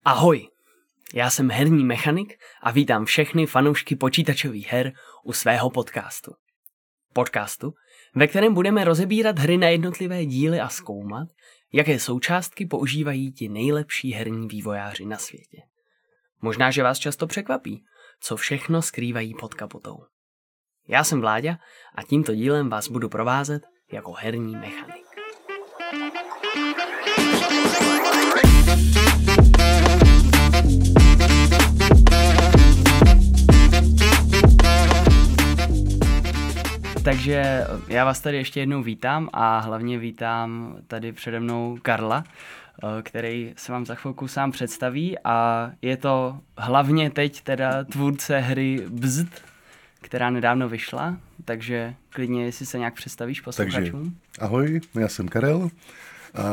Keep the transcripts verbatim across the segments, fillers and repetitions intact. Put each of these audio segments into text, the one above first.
Ahoj, já jsem herní mechanik a vítám všechny fanoušky počítačových her u svého podcastu. Podcastu, ve kterém budeme rozebírat hry na jednotlivé díly a zkoumat, jaké součástky používají ti nejlepší herní vývojáři na světě. Možná, že vás často překvapí, co všechno skrývají pod kapotou. Já jsem Vláďa a tímto dílem vás budu provázet jako herní mechanik. Takže já vás tady ještě jednou vítám a hlavně vítám tady přede mnou Karla, který se vám za chvilku sám představí a je to hlavně teď teda tvůrce hry Bzd, která nedávno vyšla, takže klidně, jestli se nějak představíš posluchačům. Takže ahoj, já jsem Karel a,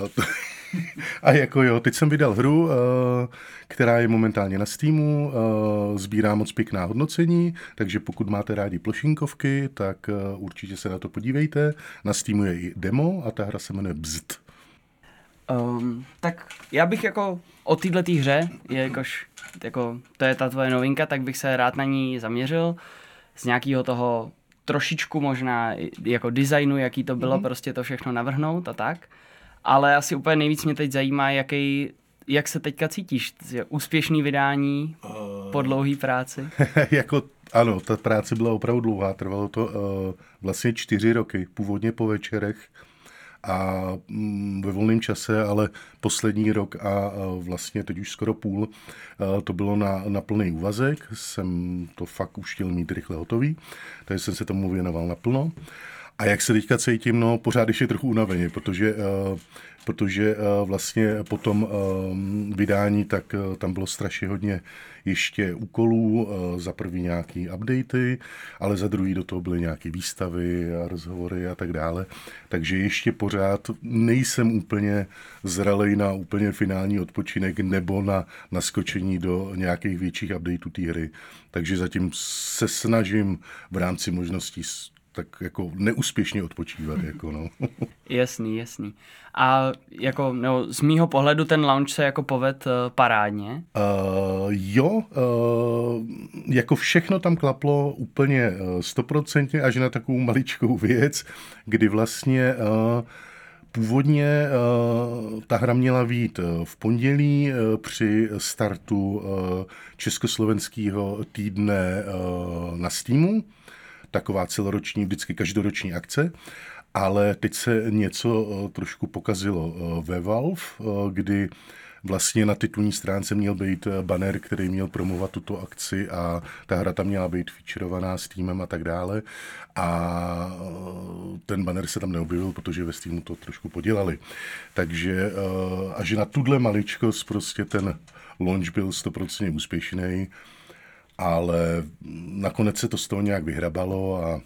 a jako jo, teď jsem vydal hru, která je momentálně na Steamu, sbírá moc pěkná hodnocení, takže pokud máte rádi plošinkovky, tak určitě se na to podívejte. Na Steamu je i demo a ta hra se jmenuje Bzd. Um, tak já bych jako o této hře, jakož jako, to je ta tvoje novinka, tak bych se rád na ní zaměřil z nějakého toho trošičku možná jako designu, jaký to bylo, mm. prostě to všechno navrhnout a tak. Ale asi úplně nejvíc mě teď zajímá, jaký, jak se teďka cítíš? Úspěšný vydání uh... po dlouhý práci? jako, ano, ta práce byla opravdu dlouhá, trvalo to uh, vlastně čtyři roky, původně po večerech a mm, ve volném čase, ale poslední rok a uh, vlastně teď už skoro půl, uh, to bylo na, na plný úvazek, jsem to fakt už chtěl mít rychle hotový, takže jsem se tomu věnoval naplno. A jak se teďka cítím, no pořád ještě trochu unaveně, protože, uh, protože uh, vlastně po tom uh, vydání, tak uh, tam bylo strašně hodně ještě úkolů, uh, za první nějaký updaty, ale za druhý do toho byly nějaké výstavy a rozhovory a tak dále. Takže ještě pořád nejsem úplně zralej na úplně finální odpočinek nebo na naskočení do nějakých větších updateů té hry. Takže zatím se snažím v rámci možností tak jako neúspěšně odpočívat, jako no. Jasný, jasný. A jako, no, z mýho pohledu ten launch se jako poved uh, parádně. Uh, jo, uh, jako všechno tam klaplo úplně stoprocentně až na takovou maličkou věc, kdy vlastně uh, původně uh, ta hra měla být v pondělí uh, při startu uh, československého týdne uh, na Steamu. Taková celoroční, vždycky každoroční akce, ale teď se něco uh, trošku pokazilo uh, ve Valve, uh, kdy vlastně na titulní stránce měl být banner, který měl promovat tuto akci a ta hra tam měla být featurovaná s Steamem a tak dále a uh, ten banner se tam neobjevil, protože ve Steamu to trošku podělali. Takže uh, až na tuhle maličkost prostě ten launch byl sto procent úspěšný, ale nakonec se to z toho nějak vyhrabalo a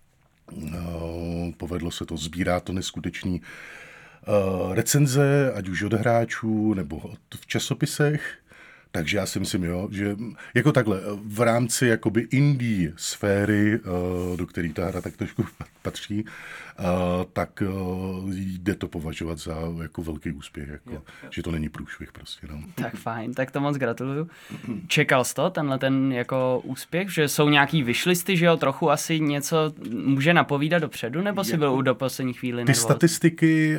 no, povedlo se to, sbírá to neskutečný uh, recenze, ať už od hráčů nebo od, v časopisech. Takže já si myslím, jo, že jako takhle, v rámci jakoby indie sféry, uh, do které ta hra tak trošku patří, uh, tak uh, jde to považovat za jako velký úspěch, jako, jo, jo. Že to není průšvih prostě. No. Tak fajn, tak to moc gratuluju. Čekal jsi to, tenhle ten jako úspěch, že jsou nějaký wishlisty, že jo, trochu asi něco může napovídat dopředu, nebo jsi byl do poslední chvíli nervózní? Ty statistiky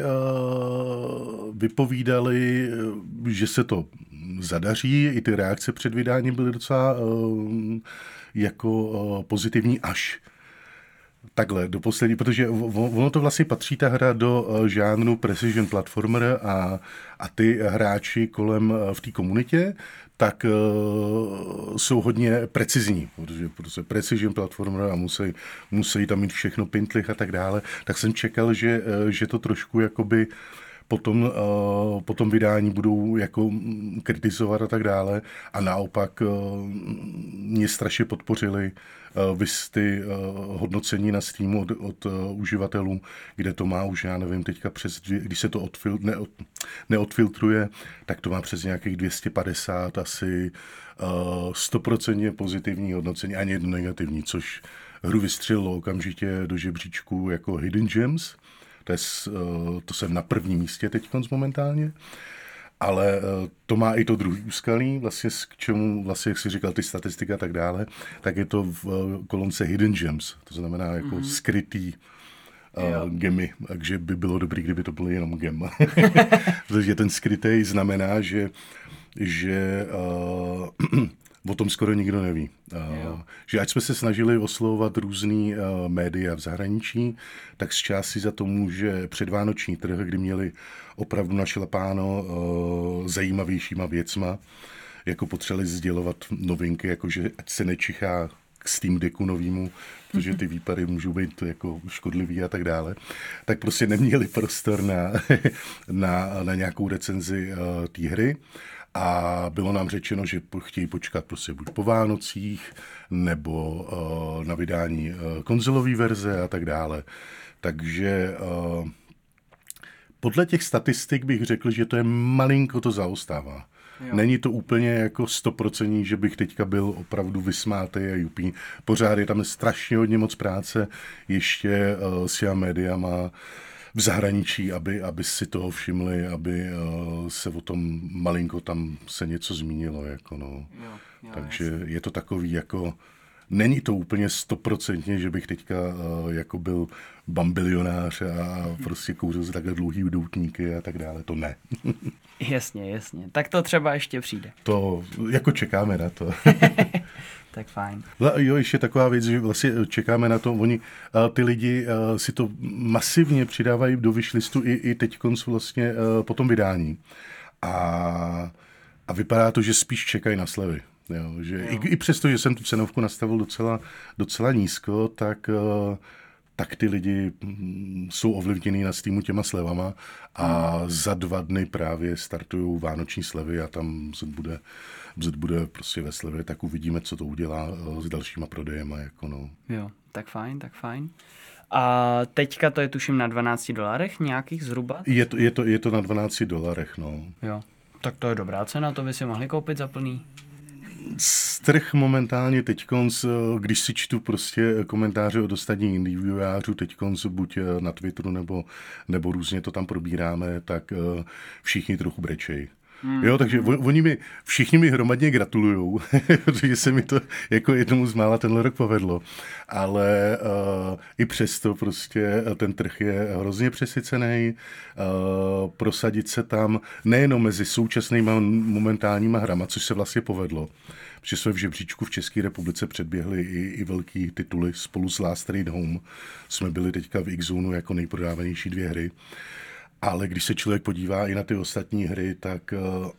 uh, vypovídaly, že se to zadaří, i ty reakce před vydáním byly docela uh, jako uh, pozitivní až takhle do poslední, protože ono to vlastně patří ta hra do uh, žánru Precision Platformer a, a ty hráči kolem uh, v té komunitě tak uh, jsou hodně precizní, protože prostě Precision Platformer a musí, musí tam mít všechno pintlich a tak dále, tak jsem čekal, že, uh, že to trošku jakoby Potom, uh, potom vydání budou jako kritizovat a tak dále a naopak uh, mě strašně podpořili uh, vys ty uh, hodnocení na Steamu od, od uh, uživatelů, kde to má už, já nevím, teďka přes, dvě, když se to odfil, neod, neodfiltruje, tak to má přes nějakých dvě stě padesát asi sto procent uh, pozitivní hodnocení, ani jedno negativní, což hru vystřelilo okamžitě do žebříčku jako Hidden Gems. To, je, to jsem na prvním místě teď momentálně. Ale to má i to druhý úskalí, vlastně k čemu, vlastně, jak jsi říkal, ty statistiky a tak dále, tak je to v kolonce Hidden Gems, to znamená jako mm-hmm. skrytý uh, gemy, takže by bylo dobrý, kdyby to bylo jenom gem. Protože ten skrytý znamená, že, že uh, o tom skoro nikdo neví. Uh, že ať jsme se snažili oslovovat různý uh, média v zahraničí, tak z části za to může předvánoční trh, kdy měli opravdu našlapáno uh, zajímavějšíma věcma, jako potřebovali sdělovat novinky, jakože ať se nečichá k Steam Decku novýmu, protože ty výpady můžou být jako škodlivý a tak dále, tak prostě neměli prostor na, na, na nějakou recenzi uh, té hry. A bylo nám řečeno, že chtějí počkat prostě buď po Vánocích, nebo uh, na vydání uh, konzolové verze a tak dále. Takže uh, podle těch statistik bych řekl, že to je malinko to zaostává. Jo. Není to úplně jako stoprocentní, že bych teďka byl opravdu vysmátý a jupí. Pořád je tam strašně hodně moc práce, ještě uh, s těma médiama v zahraničí, aby, aby si toho všimli, aby uh, se o tom malinko tam se něco zmínilo. Jako no. jo, jo, Takže jasný. Je to takový jako, není to úplně stoprocentně, že bych teďka uh, jako byl bambilionář a prostě kouřil se takhle dlouhý doutníky a tak dále, to ne. Jasně, jasně. Tak to třeba ještě přijde. To jako čekáme na to. Tak fajn. Jo, ještě taková věc, že vlastně čekáme na to, oni, ty lidi si to masivně přidávají do wishlistu i, i teďkonc vlastně po tom vydání. A, a vypadá to, že spíš čekají na slevy. Jo, že jo. I, I přesto, že jsem tu cenovku nastavil docela, docela nízko, tak... tak ty lidi jsou ovlivněný na Steamu těma slevama a hmm. za dva dny právě startují vánoční slevy a tam bzd bude, bzd bude prostě ve slevě, tak uvidíme, co to udělá s dalšíma prodejema. Jako no. Jo, tak fajn, tak fajn. A teďka to je tuším na dvanácti dolarech nějakých zhruba? Je to, je to, je to na dvanácti dolarech, no. Jo, tak to je dobrá cena, to by si mohli koupit za plný. Trh momentálně teďkonc, když si čtu prostě komentáře od ostatních indie vývojářů, teďkonc buď na Twitteru nebo, nebo různě to tam probíráme, tak všichni trochu brečej. Hmm. Jo, takže on, oni mi, všichni mi hromadně gratulujou, protože se mi to jako jednomu z mála tenhle rok povedlo. Ale uh, i přesto prostě ten trh je hrozně přesycený. Uh, prosadit se tam nejenom mezi současnýma momentálníma hrama, což se vlastně povedlo, protože jsme v žebříčku v České republice předběhli i, i velký tituly. Spolu s Last Ride Home jsme byli teďka v X-Zone jako nejprodávanější dvě hry. Ale když se člověk podívá i na ty ostatní hry, tak,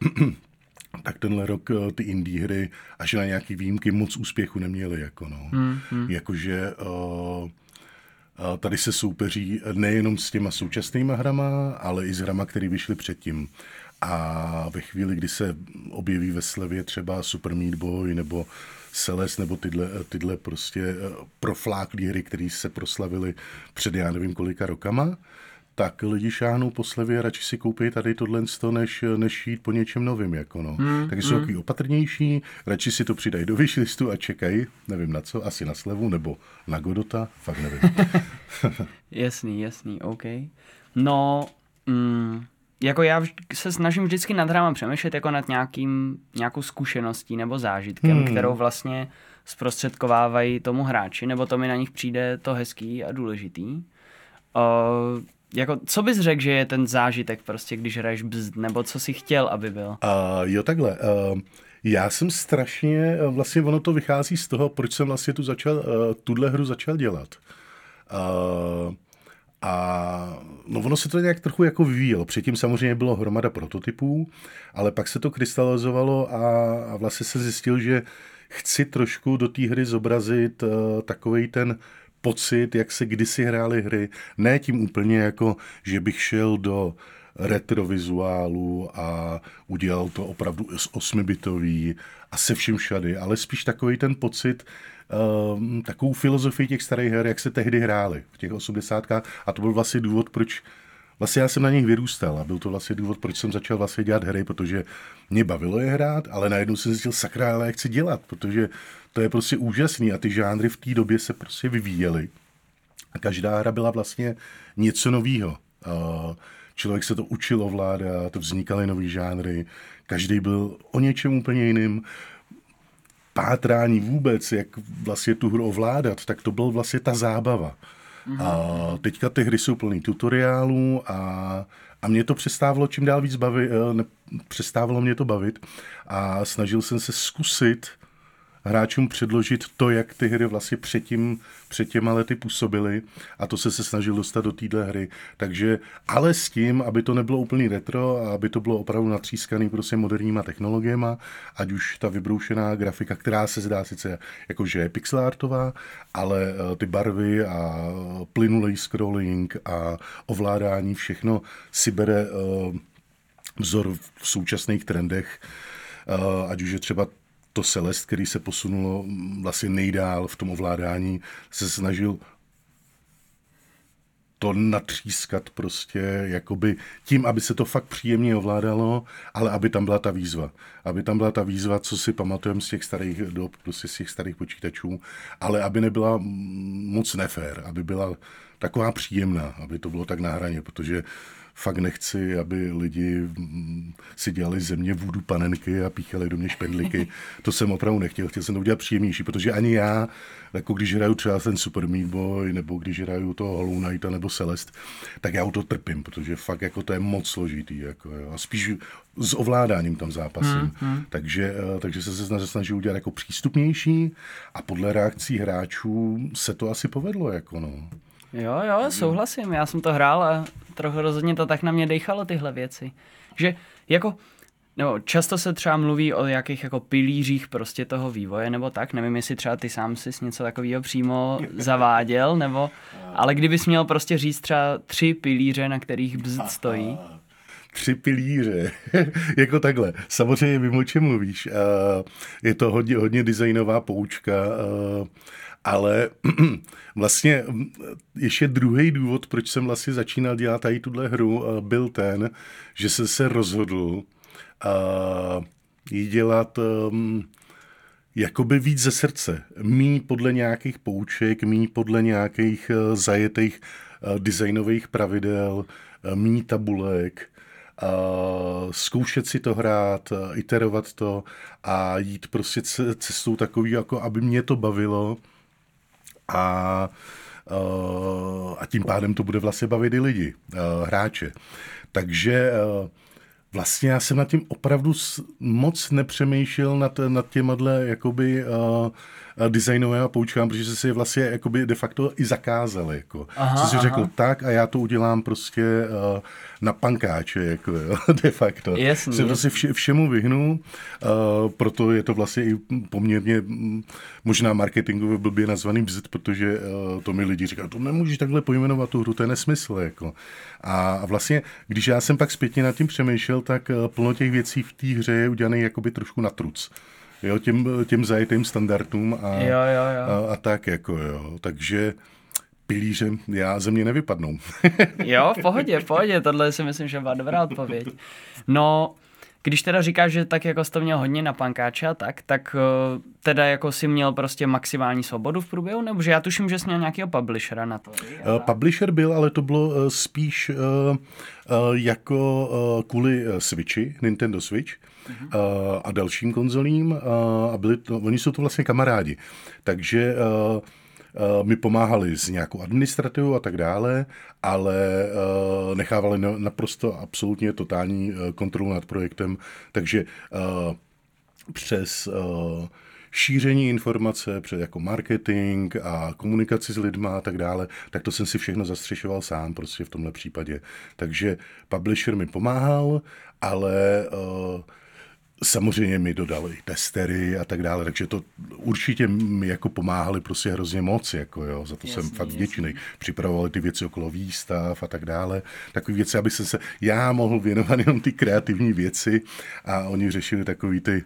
tak tenhle rok ty indie hry až na nějaký výjimky moc úspěchu neměly. Jako no. hmm, hmm. Jakože uh, tady se soupeří nejenom s těma současnýma hrama, ale i s hrama, které vyšly předtím. A ve chvíli, kdy se objeví ve slevě třeba Super Meat Boy nebo Celeste nebo tyhle, tyhle prostě profláklý hry, které se proslavily před já nevím kolika rokama, tak lidi šáhnou po slevě a radši si koupí tady tohle, než, než jít po něčem novým. Jako no. mm, Takže jsou mm. takový opatrnější, radši si to přidají do wishlistu a čekají, nevím na co, asi na slevu nebo na Godota, fakt nevím. Jasný, jasný, OK. No, mm, jako já se snažím vždycky nad hrama přemýšlet jako nad nějakým, nějakou zkušeností nebo zážitkem, hmm. kterou vlastně zprostředkovávají tomu hráči, nebo to mi na nich přijde to hezký a důležitý. Uh, Jako, co bys řekl, že je ten zážitek prostě, když hraješ bzd, nebo co jsi chtěl, aby byl? Uh, jo, takhle. Uh, já jsem strašně, vlastně ono to vychází z toho, proč jsem vlastně tu začal, uh, tuhle hru začal dělat. Uh, a no ono se to nějak trochu jako vyvíjelo. Předtím samozřejmě bylo hromada prototypů, ale pak se to krystalizovalo a, a vlastně se zjistil, že chci trošku do té hry zobrazit uh, takovej ten pocit, jak se kdysi hrály hry. Ne tím úplně jako, že bych šel do retrovizuálu a udělal to opravdu osmibitový a se vším všady, ale spíš takový ten pocit, uh, takovou filozofii těch starých her, jak se tehdy hrály v těch osmdesátkách. A to byl vlastně důvod, proč vlastně já jsem na nich vyrůstal a byl to vlastně důvod, proč jsem začal vlastně dělat hry, protože mě bavilo je hrát, ale najednou jsem zjistil, sakra, ale jak chci dělat, protože to je prostě úžasný a ty žánry v té době se prostě vyvíjely. A každá hra byla vlastně něco novýho. člověk se to učil ovládat, vznikaly nový žánry, každý byl o něčem úplně jiným. Pátrání vůbec, jak vlastně tu hru ovládat, tak to byl vlastně ta zábava. Mm-hmm. A teďka ty hry jsou plný tutoriálů a, a mě to přestávalo čím dál víc bavit, ne, přestávalo mě to bavit a snažil jsem se zkusit hráčům předložit to, jak ty hry vlastně předtím, před těma lety působily a to se se snažil dostat do téhle hry. Takže, ale s tím, aby to nebylo úplný retro a aby to bylo opravdu natřískaný prostě moderníma technologiema, ať už ta vybroušená grafika, která se zdá sice jako, že je pixelartová, ale ty barvy a plynulej scrolling a ovládání, všechno si bere uh, vzor v současných trendech, uh, ať už je třeba to Celeste, který se posunulo vlastně nejdál v tom ovládání, se snažil to natřískat prostě jakoby tím, aby se to fakt příjemně ovládalo, ale aby tam byla ta výzva. Aby tam byla ta výzva, co si pamatujeme z těch starých dob, prostě z těch starých počítačů, ale aby nebyla moc nefér, aby byla taková příjemná, aby to bylo tak na hraně, protože fakt nechci, aby lidi si dělali ze mě vůdu panenky a píchali do mě špendliky. To jsem opravdu nechtěl. Chtěl jsem to udělat příjemnější, protože ani já, jako když hraju třeba ten Super Meat Boy, nebo když hraju toho Hollow Knighta nebo Celeste, tak já u to trpím, protože fakt jako to je moc složitý. Jako, jo. A spíš s ovládáním tam zápasím. Hmm, hmm. Takže, takže se se snažil udělat jako přístupnější a podle reakcí hráčů se to asi povedlo. Jako no. Jo, jo, souhlasím, já jsem to hrál a trochu rozhodně to tak na mě dejchalo tyhle věci. Že jako, no, často se třeba mluví o jakých jako pilířích prostě toho vývoje nebo tak, nevím, jestli třeba ty sám jsi něco takového přímo zaváděl, nebo, ale kdybys měl prostě říct třeba tři pilíře, na kterých bzd stojí. Tři pilíře, jako takhle. Samozřejmě vím, o čem mluvíš. Je to hodně, hodně designová poučka, ale vlastně ještě druhý důvod, proč jsem vlastně začínal dělat tady tuhle hru, byl ten, že jsem se rozhodl ji dělat jakoby víc ze srdce. Mí podle nějakých pouček, mí podle nějakých zajetých designových pravidel, mí tabulek, Uh, zkoušet si to hrát, uh, iterovat to a jít prostě cestou takový, jako aby mě to bavilo a, uh, a tím pádem to bude vlastně bavit i lidi, uh, hráče. Takže uh, vlastně já jsem nad tím opravdu moc nepřemýšlel nad, nad těmadle jakoby uh, designového poučkám, protože se si je vlastně jakoby de facto i zakázal. Jako. Aha, co si aha. řekl, tak a já to udělám prostě uh, na pankáče, jako, jo, de facto. Jasný, se prostě vše, všemu vyhnu, uh, proto je to vlastně i poměrně možná marketingově blbě nazvaný bzd, protože uh, to mi lidi říkají, to nemůžeš takhle pojmenovat tu hru, to je nesmysl. Jako. A vlastně, když já jsem pak zpětně nad tím přemýšlel, tak uh, plno těch věcí v té hře je udělaný jakoby trošku na truc. Jo, těm, těm zajetým standardům a, jo, jo, jo. a, a tak jako jo. Takže pilíře já ze mě nevypadnou. Jo, v pohodě, v pohodě, tohle si myslím, že byla dobrá odpověď. No, když teda říkáš, že tak jako jsi to měl hodně na pankáče a tak, tak teda jako si měl prostě maximální svobodu v průběhu, nebo že já tuším, že jsi měl nějakého publishera na to. Uh, publisher byl, ale to bylo uh, spíš uh, uh, jako uh, kvůli uh, Switchi, Nintendo Switch, uh-huh. uh, a dalším konzolím uh, a byli to, oni jsou to vlastně kamarádi. Takže uh, Uh, mi pomáhali s nějakou administrativou a tak dále, ale uh, nechávali na, naprosto absolutně totální uh, kontrolu nad projektem, takže uh, přes uh, šíření informace, přes jako marketing a komunikaci s lidma a tak dále, tak to jsem si všechno zastřešoval sám prostě v tomhle případě. Takže publisher mi pomáhal, ale uh, samozřejmě mi dodali testery a tak dále, takže to určitě mi jako pomáhali prostě hrozně moc, jako jo, za to jasný, jsem fakt vděčný. Připravovali ty věci okolo výstav a tak dále, takové věci, aby jsem se já mohl věnovat jenom ty kreativní věci a oni řešili takový ty,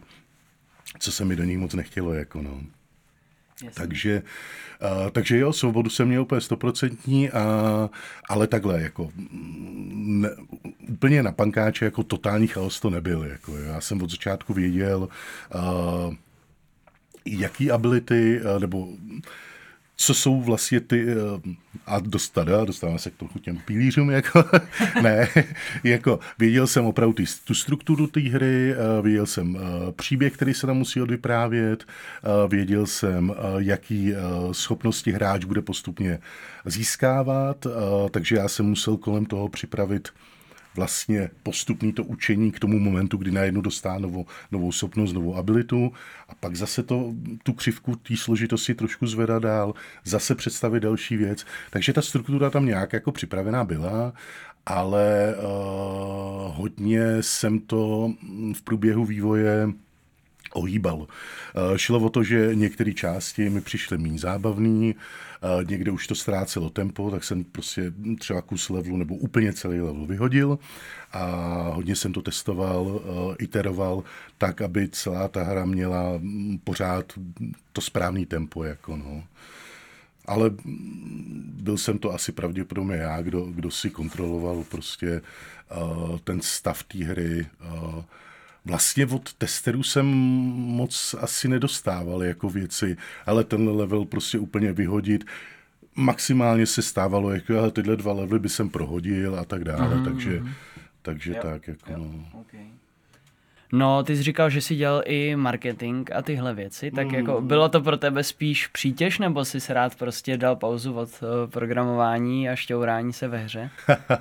co se mi do nich moc nechtělo, jako no. Jasný. Takže, uh, takže jo, svobodu jsem měl úplně stoprocentní, ale takhle, jako ne, úplně na pankáče, jako totální chaos to nebyl. Jako, já jsem od začátku věděl, uh, jaký ability, uh, nebo co jsou vlastně ty, a dostada, dostávám se k trochu těm pilířům, jako, ne, jako věděl jsem opravdu ty, tu strukturu té hry, věděl jsem příběh, který se tam musí odvyprávět, věděl jsem, jaký schopnosti hráč bude postupně získávat, takže já jsem musel kolem toho připravit vlastně postupný to učení k tomu momentu, kdy najednou dostá novou, novou schopnost, novou abilitu a pak zase to, tu křivku té složitosti trošku zvedá dál, zase představit další věc. Takže ta struktura tam nějak jako připravená byla, ale uh, hodně jsem to v průběhu vývoje ohýbal. Šlo o to, že některé části mi přišly méně zábavný, někde už to ztrácelo tempo, tak jsem prostě třeba kus levelu nebo úplně celý level vyhodil a hodně jsem to testoval, iteroval tak, aby celá ta hra měla pořád to správné tempo. Jako no. Ale byl jsem to asi pravděpodobně já, kdo, kdo si kontroloval prostě ten stav té hry. Vlastně od testerů jsem moc asi nedostával jako věci, ale ten level prostě úplně vyhodit. Maximálně se stávalo, jako ale tyhle dva levely by jsem prohodil a tak dále, mm-hmm. takže, takže jo, tak jako jo, no. Okay. No, ty jsi říkal, že jsi dělal i marketing a tyhle věci, tak mm. jako bylo to pro tebe spíš přítěž, nebo jsi se rád prostě dal pauzu od uh, programování a šťourání se ve hře?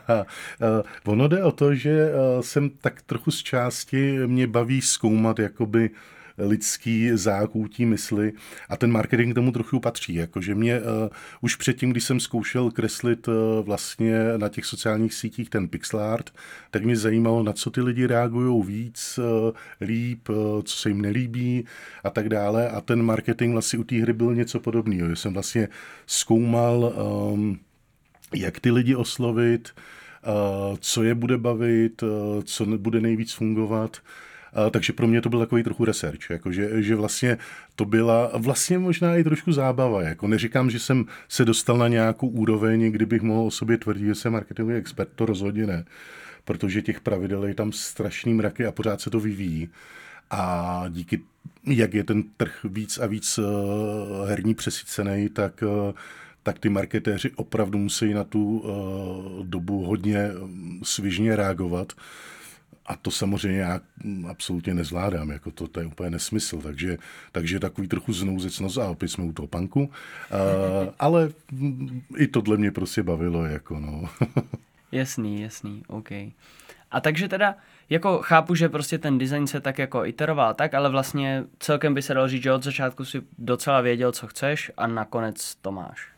uh, ono jde o to, že uh, jsem tak trochu z části mě baví zkoumat jakoby lidský zákoutí mysli a ten marketing tomu trochu patří. Jakože mě uh, už předtím, když jsem zkoušel kreslit uh, vlastně na těch sociálních sítích ten pixel art, tak mě zajímalo, na co ty lidi reagují víc, uh, líp, uh, co se jim nelíbí a tak dále. A ten marketing vlastně u té hry byl něco podobného. Jsem vlastně zkoumal, um, jak ty lidi oslovit, uh, co je bude bavit, uh, co bude nejvíc fungovat. Uh, takže pro mě to byl takový trochu research, jako že, že vlastně to byla vlastně možná i trošku zábava. Jako neříkám, že jsem se dostal na nějakou úroveň, kdybych mohl o sobě tvrdit, že jsem marketingový expert, to rozhodně ne. Protože těch pravidel je tam strašný mraky a pořád se to vyvíjí. A díky, jak je ten trh víc a víc uh, herní přesycený, tak, uh, tak ty marketéři opravdu musí na tu uh, dobu hodně svižně reagovat. A to samozřejmě já absolutně nezvládám, jako to, to je úplně nesmysl, takže, takže takový trochu znouzecnost a opět jsme u toho punku, uh, ale i tohle mě prostě bavilo, jako no. Jasný, jasný, OK. A takže teda, jako chápu, že prostě ten design se tak jako iteroval tak, ale vlastně celkem by se dalo říct, že od začátku si docela věděl, co chceš a nakonec to máš.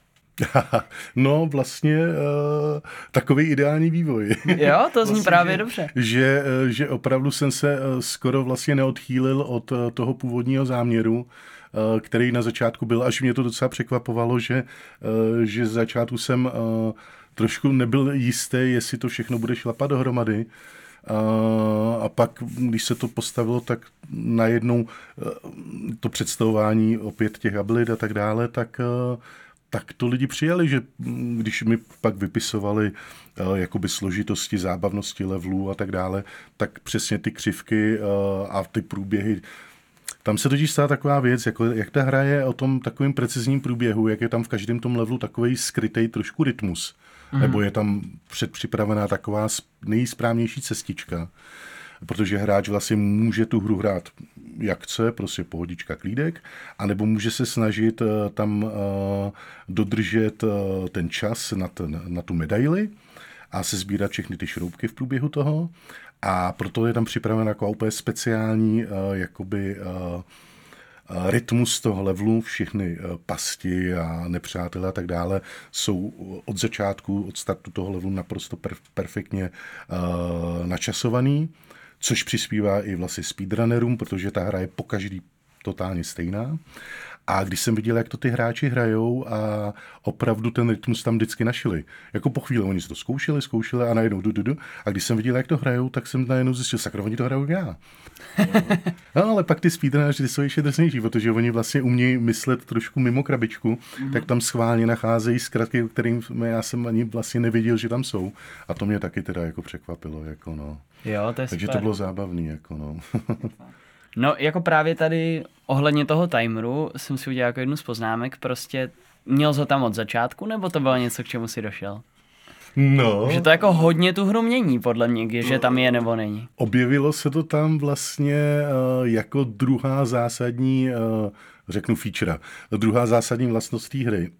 No vlastně uh, takový ideální vývoj. Jo, to zní vlastně, právě že, dobře. Že, že opravdu jsem se skoro vlastně neodchýlil od toho původního záměru, uh, který na začátku byl, až mě to docela překvapovalo, že, uh, že z začátku jsem uh, trošku nebyl jistý, jestli to všechno bude šlapat dohromady. Uh, a pak, když se to postavilo, tak najednou uh, to představování opět těch abilit a tak dále, tak uh, tak to lidi přijali, že když mi pak vypisovali uh, jakoby složitosti, zábavnosti levelů a tak dále, tak přesně ty křivky uh, a ty průběhy, tam se totiž stala taková věc, jako, jak ta hra je o tom takovým precizním průběhu, jak je tam v každém tom levelu takovej skrytej trošku rytmus, mm. nebo je tam předpřipravená taková nejsprávnější cestička, protože hráč vlastně může tu hru hrát jak chce, prostě pohodička, klídek, anebo může se snažit uh, tam uh, dodržet uh, ten čas na, ten, na tu medaili a se sbírat všechny ty šroubky v průběhu toho. A proto je tam připravena jako úplně speciální uh, jakoby uh, uh, rytmus toho levelu, všechny uh, pasti a nepřátelé a tak dále jsou od začátku, od startu toho levelu naprosto perf- perfektně uh, načasovaný, což přispívá i vlastně speedrunnerům, protože ta hra je pokaždý totálně stejná. A když jsem viděl, jak to ty hráči hrajou a opravdu ten rytmus tam vždycky našli. Jako po chvíli oni si to zkoušeli, zkoušeli a najednou du, du, du. A když jsem viděl, jak to hrajou, tak jsem najednou zjistil, sakra, oni to hrajou já. No, ale pak ty speedrunneři jsou ještě drsnější, protože oni vlastně umějí myslet trošku mimo krabičku, mm-hmm. tak tam schválně nacházejí zkratky, kterým já jsem ani vlastně nevěděl, že tam jsou. A to mě taky teda jako překvapilo. Jako no. Jo, to je Takže super. to bylo zábavný. Jako no. No, jako právě tady ohledně toho timeru jsem si udělal jako jednu z poznámek, prostě měl jsi ho tam od začátku, nebo to bylo něco, k čemu si došel? No. Že to jako hodně tu hru mění, podle mě, že tam je nebo není. Objevilo se to tam vlastně uh, jako druhá zásadní, uh, řeknu feature, druhá zásadní vlastnost té hry.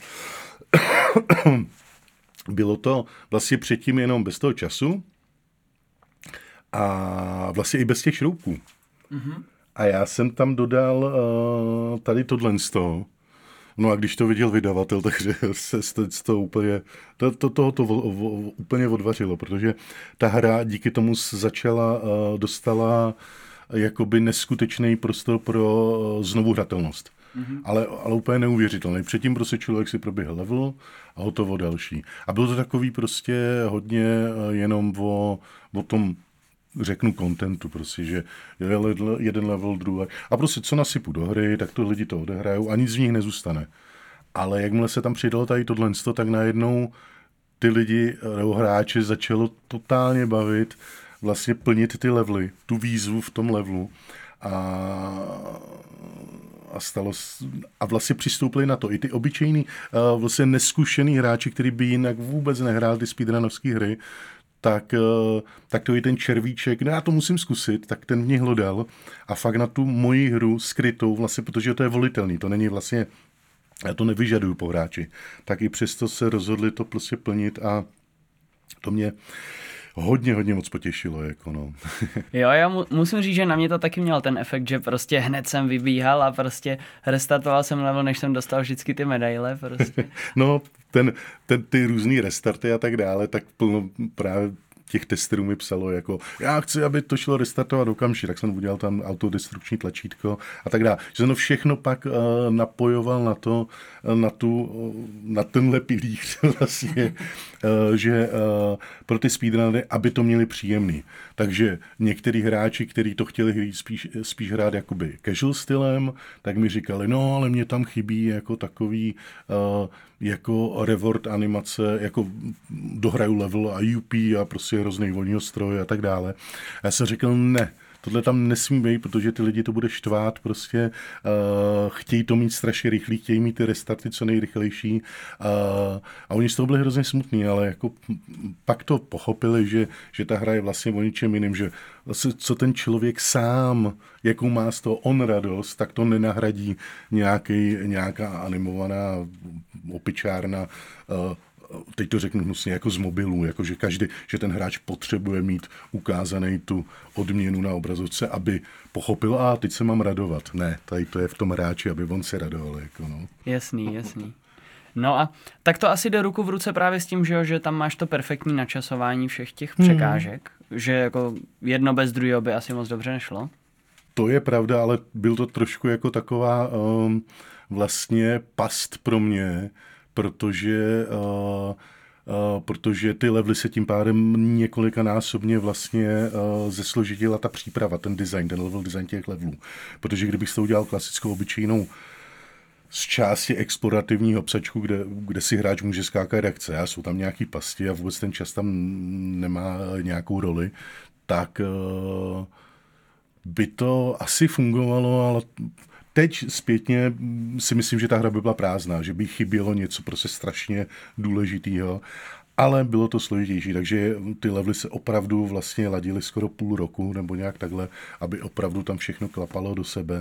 Bylo to vlastně předtím jenom bez toho času a vlastně i bez těch šroubků. Mm-hmm. A já jsem tam dodal uh, tady tohle z toho. No a když to viděl vydavatel, takže se z toho úplně, to, to, toho to vo, vo, úplně odvařilo, protože ta hra díky tomu začala, uh, dostala jakoby neskutečný prostor pro uh, znovu hratelnost. Mm-hmm. Ale, ale úplně neuvěřitelný. Předtím prostě člověk si proběhl level a hotovo další. A bylo to takový prostě hodně uh, jenom o, o tom, řeknu contentu, prostě, že jeden level, druhý. A prostě co nasypu do hry, tak to lidi to odehrajou a nic z nich nezůstane. Ale jakmile se tam přidalo tady tohle, tak najednou ty lidi, hráči, začalo totálně bavit, vlastně plnit ty levely, tu výzvu v tom levelu. A, a stalo a vlastně přistoupili na to i ty obyčejný, vlastně neskušený hráči, kteří by jinak vůbec nehráli ty speedrunovské hry, tak, tak to je ten červíček, no já to musím zkusit, tak ten v nich hlodal a fakt na tu moji hru skrytou, vlastně, protože to je volitelný, to není vlastně, já to nevyžaduju po hráči, tak i přesto se rozhodli to prostě plnit a to mě hodně, hodně moc potěšilo, jako no. Jo, já mu, musím říct, že na mě to taky měl ten efekt, že prostě hned jsem vybíhal a prostě restartoval jsem level, než jsem dostal vždycky ty medaile, prostě. No, ten, ten, ty různý restarty a tak dále, tak plno právě těch testerů mi psalo jako, já chci, aby to šlo restartovat okamžitě, tak jsem udělal tam autodestrukční tlačítko a tak dále. Že jsem to všechno pak uh, napojoval na to, na, tu, uh, na tenhle pilíř vlastně, uh, že uh, pro ty speedrunnery, aby to měli příjemný. Takže některý hráči, kteří to chtěli hrát spíš, spíš hrát jakoby casual stylem, tak mi říkali, no ale mě tam chybí jako takový uh, jako reward animace, jako dohraju level a U P a prostě hrozný volňostroj a tak dále. A já jsem řekl, ne, tohle tam nesmí být, protože ty lidi to bude štvát, prostě uh, chtějí to mít strašně rychlý, chtějí mít ty restarty co nejrychlejší uh, a oni z toho byli hrozně smutní, ale jako pak to pochopili, že, že ta hra je vlastně o ničem jiným, že vlastně, co ten člověk sám, jakou má z toho on radost, tak to nenahradí nějaký, nějaká animovaná opičárna, uh, teď to řeknu hnusně, jako z mobilů, jako že každý, že ten hráč potřebuje mít ukázaný tu odměnu na obrazovce, aby pochopil, a teď se mám radovat. Ne, tady to je v tom hráči, aby on se radoval. Jako no. Jasný, jasný. No a tak to asi jde ruku v ruce právě s tím, že, jo, že tam máš to perfektní načasování všech těch hmm. překážek, že jako jedno bez druhého by asi moc dobře nešlo. To je pravda, ale byl to trošku jako taková um, vlastně past pro mě, protože, uh, uh, protože ty levely se tím pádem několikanásobně vlastně uh, zesložitila ta příprava, ten design, ten level design těch levelů. Protože kdybych to udělal klasickou obyčejnou z části explorativního psačku, kde, kde si hráč může skákat jak chce, a jsou tam nějaký pasti a vůbec ten čas tam nemá nějakou roli, tak uh, by to asi fungovalo, ale teď zpětně si myslím, že ta hra by byla prázdná, že by chybělo něco prostě strašně důležitého, ale bylo to složitější, takže ty levely se opravdu vlastně ladily skoro půl roku nebo nějak takhle, aby opravdu tam všechno klapalo do sebe.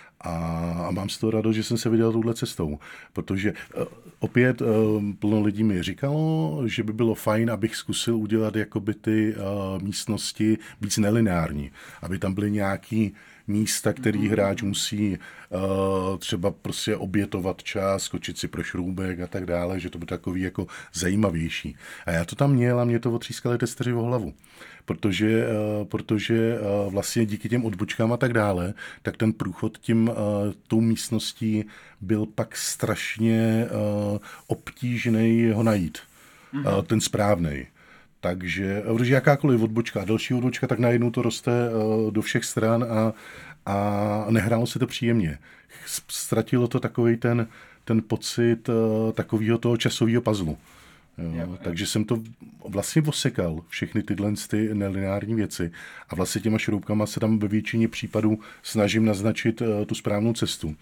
A mám z toho radost, že jsem se vydal touhle cestou, protože opět plno lidí mi říkalo, že by bylo fajn, abych zkusil udělat jakoby ty místnosti víc nelineární, aby tam byly nějaký místa, který hráč musí uh, třeba prostě obětovat čas, skočit si pro šroubek a tak dále, že to bude takový jako zajímavější. A já to tam měl a mě to otřískali testeři o hlavu. Protože, uh, protože uh, vlastně díky těm odbočkám a tak dále, tak ten průchod tím uh, tou místností byl pak strašně uh, obtížný ho najít. Mm-hmm. Uh, ten správnej. Takže, protože jakákoliv odbočka a další odbočka, tak najednou to roste uh, do všech stran a, a nehrálo se to příjemně. Ztratilo to takovej ten, ten pocit uh, takového toho časového puzzlu. Jo, jo, jo. Takže jsem to vlastně osekal, všechny tyhle ty nelineární věci a vlastně těma šroubkama se tam ve většině případů snažím naznačit uh, tu správnou cestu.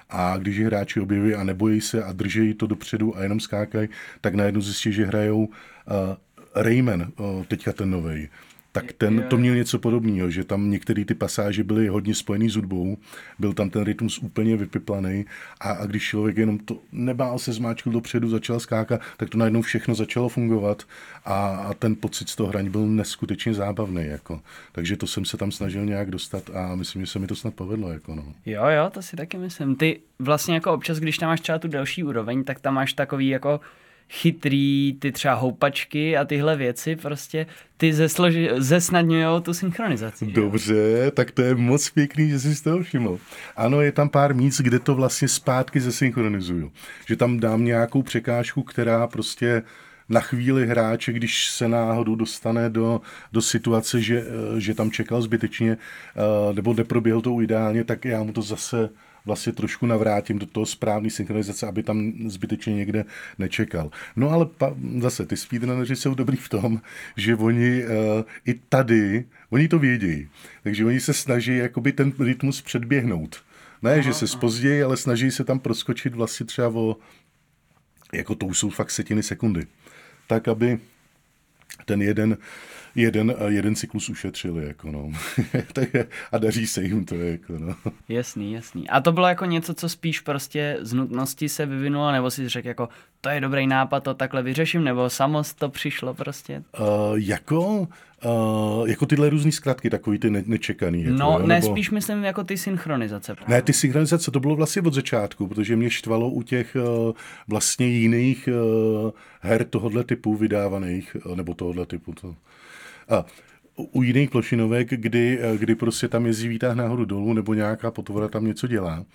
A když je hráči objeví a nebojí se a drží to dopředu a jenom skákají, tak najednou zjistí, že hrajou uh, Rayman, uh, teďka ten novej. Tak ten, to měl něco podobného, že tam některé ty pasáže byly hodně spojený s hudbou, byl tam ten rytmus úplně vypiplaný a, a když člověk jenom to nebál se, zmáčkl dopředu, začal skákat, tak to najednou všechno začalo fungovat a, a ten pocit z toho hraní byl neskutečně zábavný. Jako. Takže to jsem se tam snažil nějak dostat a myslím, že se mi to snad povedlo. Jako, no. Jo, jo, to si taky myslím. Ty vlastně jako občas, když tam máš třeba tu delší úroveň, tak tam máš takový jako chytrý, ty třeba houpačky a tyhle věci, prostě ty zesloži, zesnadňujou tu synchronizaci. Dobře, tak to je moc pěkný, že jsi z toho všiml. Ano, je tam pár míst, kde to vlastně zpátky zesynchronizuju. Že tam dám nějakou překážku, která prostě na chvíli hráče, když se náhodou dostane do, do situace, že, že tam čekal zbytečně, nebo neproběhl to ideálně, tak já mu to zase vlastně trošku navrátím do toho správné synchronizace, aby tam zbytečně někde nečekal. No ale pa, zase ty speedrunneři jsou dobrý v tom, že oni uh, i tady, oni to vědí, takže oni se snaží jakoby ten rytmus předběhnout. Ne, aha, že se zpozdějí, ale snaží se tam proskočit vlastně třeba o, jako to už jsou fakt setiny sekundy, tak aby ten jeden Jeden, jeden cyklus ušetřili, jako no. A daří se jim to, jako no. Jasný, jasný. A to bylo jako něco, co spíš prostě z nutnosti se vyvinulo, nebo si řekl jako, to je dobrý nápad, to takhle vyřeším, nebo samo to přišlo prostě? Uh, jako, uh, jako tyhle různý zkratky, takový ty ne- nečekaný. Jako, no, jo, ne, nebo... spíš myslím jako ty synchronizace. Právě. Ne, ty synchronizace, to bylo vlastně od začátku, protože mě štvalo u těch uh, vlastně jiných uh, her tohohle typu vydávaných, uh, nebo tohohle typu, to... A u jiných plošinovek, kdy, kdy prostě tam jezdí výtah nahoru dolů, nebo nějaká potvora tam něco dělá.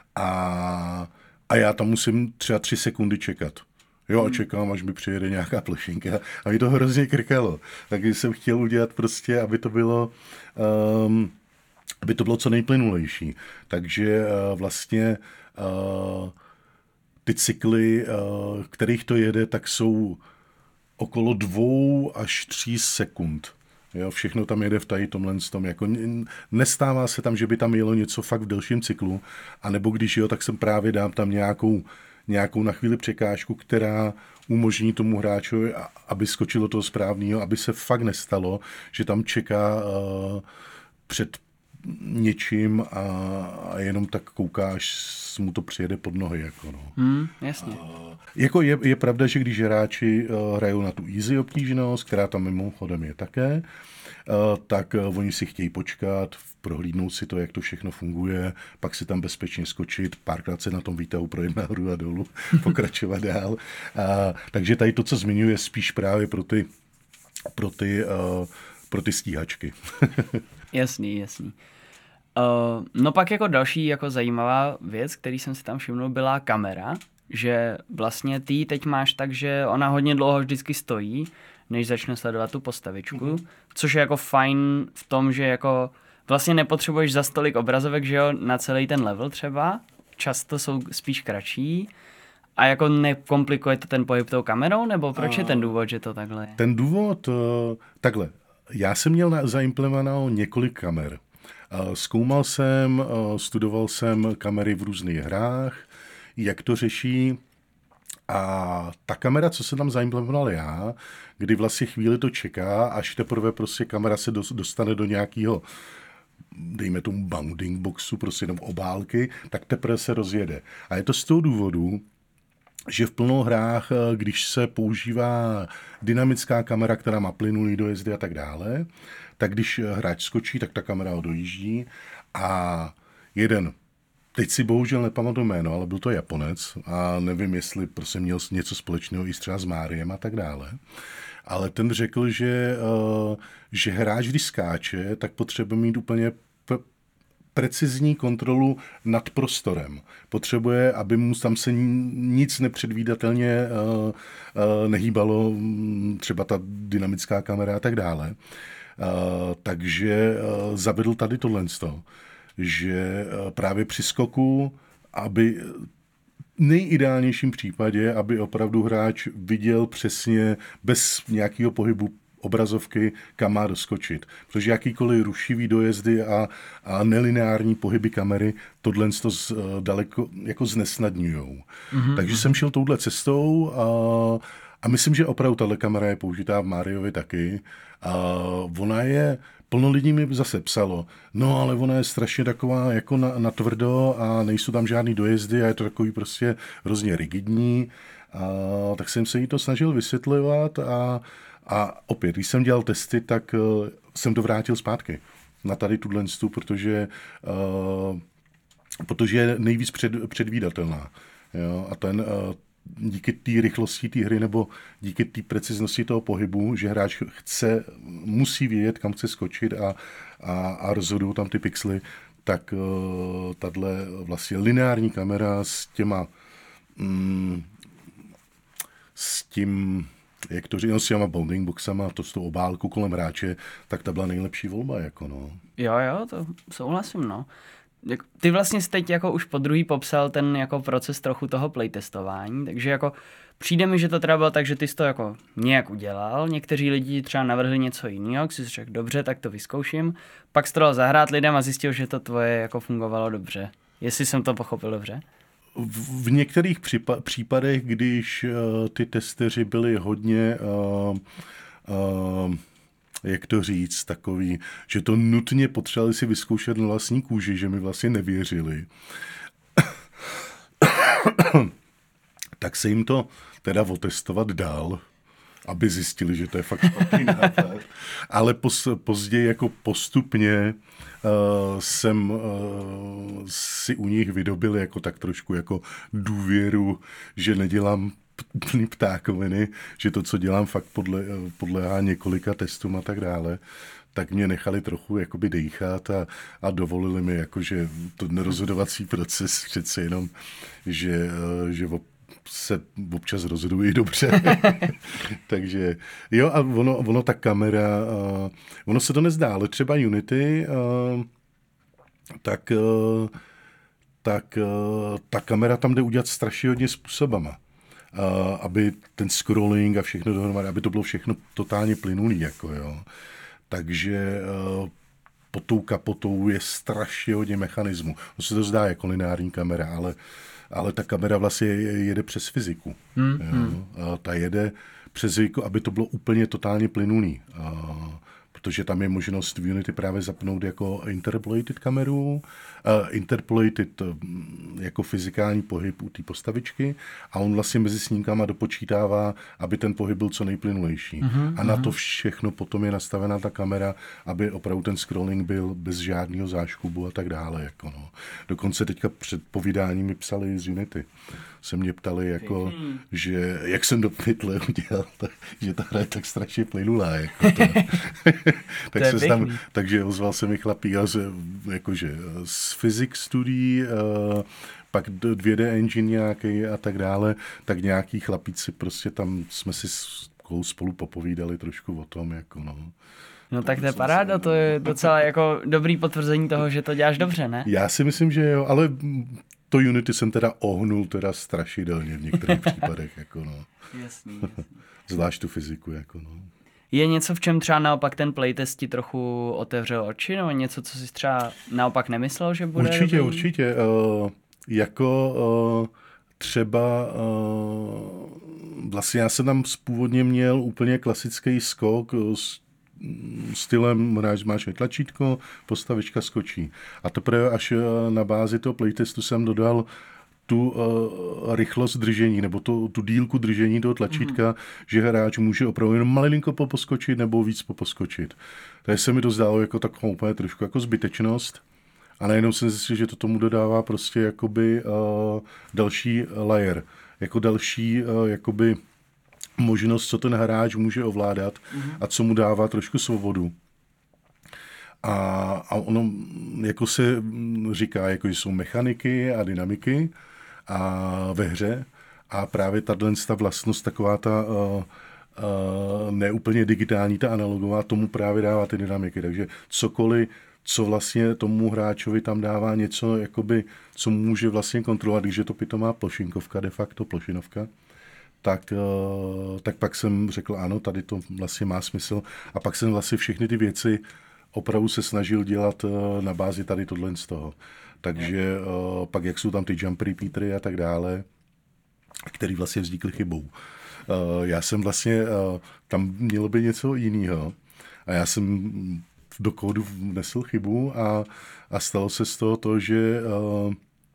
A, a já tam musím třeba tři sekundy čekat. Jo, a čekám, až mi přijede nějaká plošinka. A mi to hrozně krkalo. Takže jsem chtěl udělat prostě, aby to bylo, um, aby to bylo co nejplynulejší. Takže uh, vlastně uh, ty cykly, uh, kterých to jede, tak jsou okolo dvou až tří sekund. Jo, všechno tam jede v tady tomhle tom. Jako nestává se tam, že by tam jelo něco fakt v delším cyklu, anebo když jo, tak jsem právě dám tam nějakou, nějakou na chvíli překážku, která umožní tomu hráčovi, aby skočilo toho správného, aby se fakt nestalo, že tam čeká uh, před něčím a, a jenom tak kouká, až mu to přijede pod nohy. Jako no. Hmm, jasně. Uh, jako je, je pravda, že když hráči uh, hrajou na tu easy obtížnost, která tam mimochodem je také, uh, tak uh, oni si chtějí počkat, prohlídnout si to, jak to všechno funguje, pak si tam bezpečně skočit, párkrát se na tom výtahu projet nahoru a dolů, pokračovat dál. Uh, takže tady to, co zmiňuje, spíš právě pro ty, pro ty, uh, pro ty stíhačky. Jasný, jasný. Uh, no pak jako další jako zajímavá věc, který jsem si tam všimnul, byla kamera, že vlastně ty teď máš tak, že ona hodně dlouho vždycky stojí, než začne sledovat tu postavičku, mm-hmm. což je jako fajn v tom, že jako vlastně nepotřebuješ za stolik obrazovek, že jo, na celý ten level třeba, často jsou spíš kratší a jako nekomplikuje to ten pohyb tou kamerou, nebo proč je ten důvod, že to takhle je? Ten důvod, uh, takhle, já jsem měl na, zaimplementováno několik kamer. Uh, zkoumal jsem, uh, studoval jsem kamery v různých hrách, jak to řeší. A ta kamera, co jsem tam zaimplementoval já, kdy vlastně chvíli to čeká, až teprve prostě kamera se dostane do nějakého, dejme tomu bounding boxu, prostě jenom obálky, tak teprve se rozjede. A je to z toho důvodu, že v plnou hrách, když se používá dynamická kamera, která má plynulý dojezdy a tak dále, tak když hráč skočí, tak ta kamera ho dojíždí a jeden, teď si bohužel nepamatuju jméno, ale byl to Japonec a nevím, jestli prostě měl něco společného i třeba s Máriem a tak dále, ale ten řekl, že, že hráč, když skáče, tak potřebuje mít úplně precizní kontrolu nad prostorem. Potřebuje, aby mu tam se nic nepředvídatelně uh, uh, nehýbalo, třeba ta dynamická kamera a tak dále. Uh, takže uh, zavedl tady tohle, že uh, právě při skoku, aby v nejideálnějším případě, aby opravdu hráč viděl přesně bez nějakého pohybu obrazovky, kam má doskočit. Protože jakýkoliv rušivý dojezdy a, a nelineární pohyby kamery tohle to z, daleko jako znesnadňujou. Mm-hmm. Takže jsem šel touhle cestou a, a myslím, že opravdu tahle kamera je použitá v Mariovi taky. A ona je, plno lidí mi zase psalo, no ale ona je strašně taková jako na, na tvrdo a nejsou tam žádný dojezdy a je to takový prostě hrozně rigidní. A, tak jsem se jí to snažil vysvětlovat a, a opět, když jsem dělal testy, tak uh, jsem to vrátil zpátky na tady tuhle stu, protože, uh, protože je nejvíc před, předvídatelná. Jo? A ten, uh, díky té rychlosti té hry nebo díky té preciznosti toho pohybu, že hráč chce, musí vědět, kam chce skočit a, a, a rozhodují tam ty pixely, tak uh, tahle vlastně lineární kamera s těma mm, s tím, jak to říct, no, s těma bounding boxama, to s tou obálkou kolem hráče, tak ta byla nejlepší volba, jako no. Jo, jo, to souhlasím, no. Ty vlastně jsi teď jako už po druhý popsal ten jako proces trochu toho playtestování, takže jako přijde mi, že to teda bylo tak, že ty jsi to jako nějak udělal, někteří lidi třeba navrhli něco jiného, když jsi řekl, dobře, tak to vyzkouším, pak jsi to dal zahrát lidem a zjistil, že to tvoje jako fungovalo dobře. Jestli jsem to pochopil dobře? V, v některých přípa- případech, když uh, ty testeři byli hodně, uh, uh, jak to říct, takový, že to nutně potřebovali si vyzkoušet na vlastní kůži, že mi vlastně nevěřili, tak se jim to teda otestovat dál, aby zjistili, že to je fakt špatný nápad. Ale pos, později jako postupně uh, jsem uh, si u nich vydobil jako tak trošku jako důvěru, že nedělám úplný ptákoviny, že to, co dělám, fakt podle, podléhá několika testům a tak dále, tak mě nechali trochu jakoby dýchat a, a dovolili mi, jakože ten rozhodovací proces přece jenom, že, že se občas rozhodují dobře. Takže jo, a ono, ono ta kamera, uh, ono se to nezdá, ale třeba Unity, uh, tak, uh, tak uh, ta kamera tam jde udělat strašně hodně způsobama. Uh, aby ten scrolling a všechno dohromady, aby to bylo všechno totálně plynulý, jako jo. Takže uh, pod tou kapotou je strašně hodně mechanismů. No se to zdá jako lineární kamera, ale, ale ta kamera vlastně jede přes fyziku. Hmm, jo. Hmm. A ta jede přes fyziku, aby to bylo úplně totálně plynulý. Uh, protože tam je možnost v Unity právě zapnout jako interpolated kameru, uh, interpolated uh, jako fyzikální pohyb u té postavičky a on vlastně mezi snímkama dopočítává, aby ten pohyb byl co nejplynulejší. Uh-huh, a na uh-huh. to všechno potom je nastavená ta kamera, aby opravdu ten scrolling byl bez žádného záškubu a tak dále. Jako no. Dokonce teďka před povídáním mi psali z Unity. Se mě ptali, jako, že jak jsem do pytle udělal, tak, že ta hra je tak strašně plynulá. Jako to. tak se tam, takže ozval se mi chlapík, jakože z physics studií, uh, pak dvě dé engine nějaký a tak dále, tak nějaký chlapíci prostě tam jsme si spolu popovídali trošku o tom, jako no. No tak to je paráda, to je docela jako dobrý potvrzení toho, že to děláš dobře, ne? Já si myslím, že jo, ale to Unity jsem teda ohnul teda strašidelně v některých případech, jako no. Jasný, jasný. Zvlášť tu fyziku, jako no. Je něco, v čem třeba naopak ten playtest ti trochu otevřel oči, nebo něco, co jsi třeba naopak nemyslel, že bude? Určitě, dobrý? určitě. Uh, jako uh, třeba uh, vlastně já jsem tam původně měl úplně klasický skok s stylem, máš, máš tlačítko, postavička skočí. A teprve až na bázi toho playtestu jsem dodal tu uh, rychlost držení, nebo tu, tu dílku držení toho tlačítka, mm-hmm. že hráč může opravdu jenom malinko poposkočit nebo víc poposkočit. Takže se mi to zdálo jako takovou úplně trošku jako zbytečnost. A najednou jsem zjistil, že to tomu dodává prostě jakoby uh, další layer. Jako další uh, jakoby možnost, co ten hráč může ovládat mm-hmm. a co mu dává trošku svobodu. A, a ono jako se říká, jako že jsou mechaniky a dynamiky a ve hře a právě tato vlastnost, taková ta uh, uh, neúplně digitální, ta analogová, tomu právě dává ty dynamiky. Takže cokoliv, co vlastně tomu hráčovi tam dává něco, jakoby, co může vlastně kontrolovat, když je to pitomá plošinkovka, de facto plošinovka, tak, tak pak jsem řekl, ano, tady to vlastně má smysl. A pak jsem vlastně všechny ty věci opravdu se snažil dělat na bázi tady tohle z toho. Takže pak, jak jsou tam ty jump repeatery a tak dále, který vlastně vznikly chybou. Já jsem vlastně, tam mělo by něco jiného. A já jsem do kódu vnesl chybu a, a stalo se z toho to, že uh,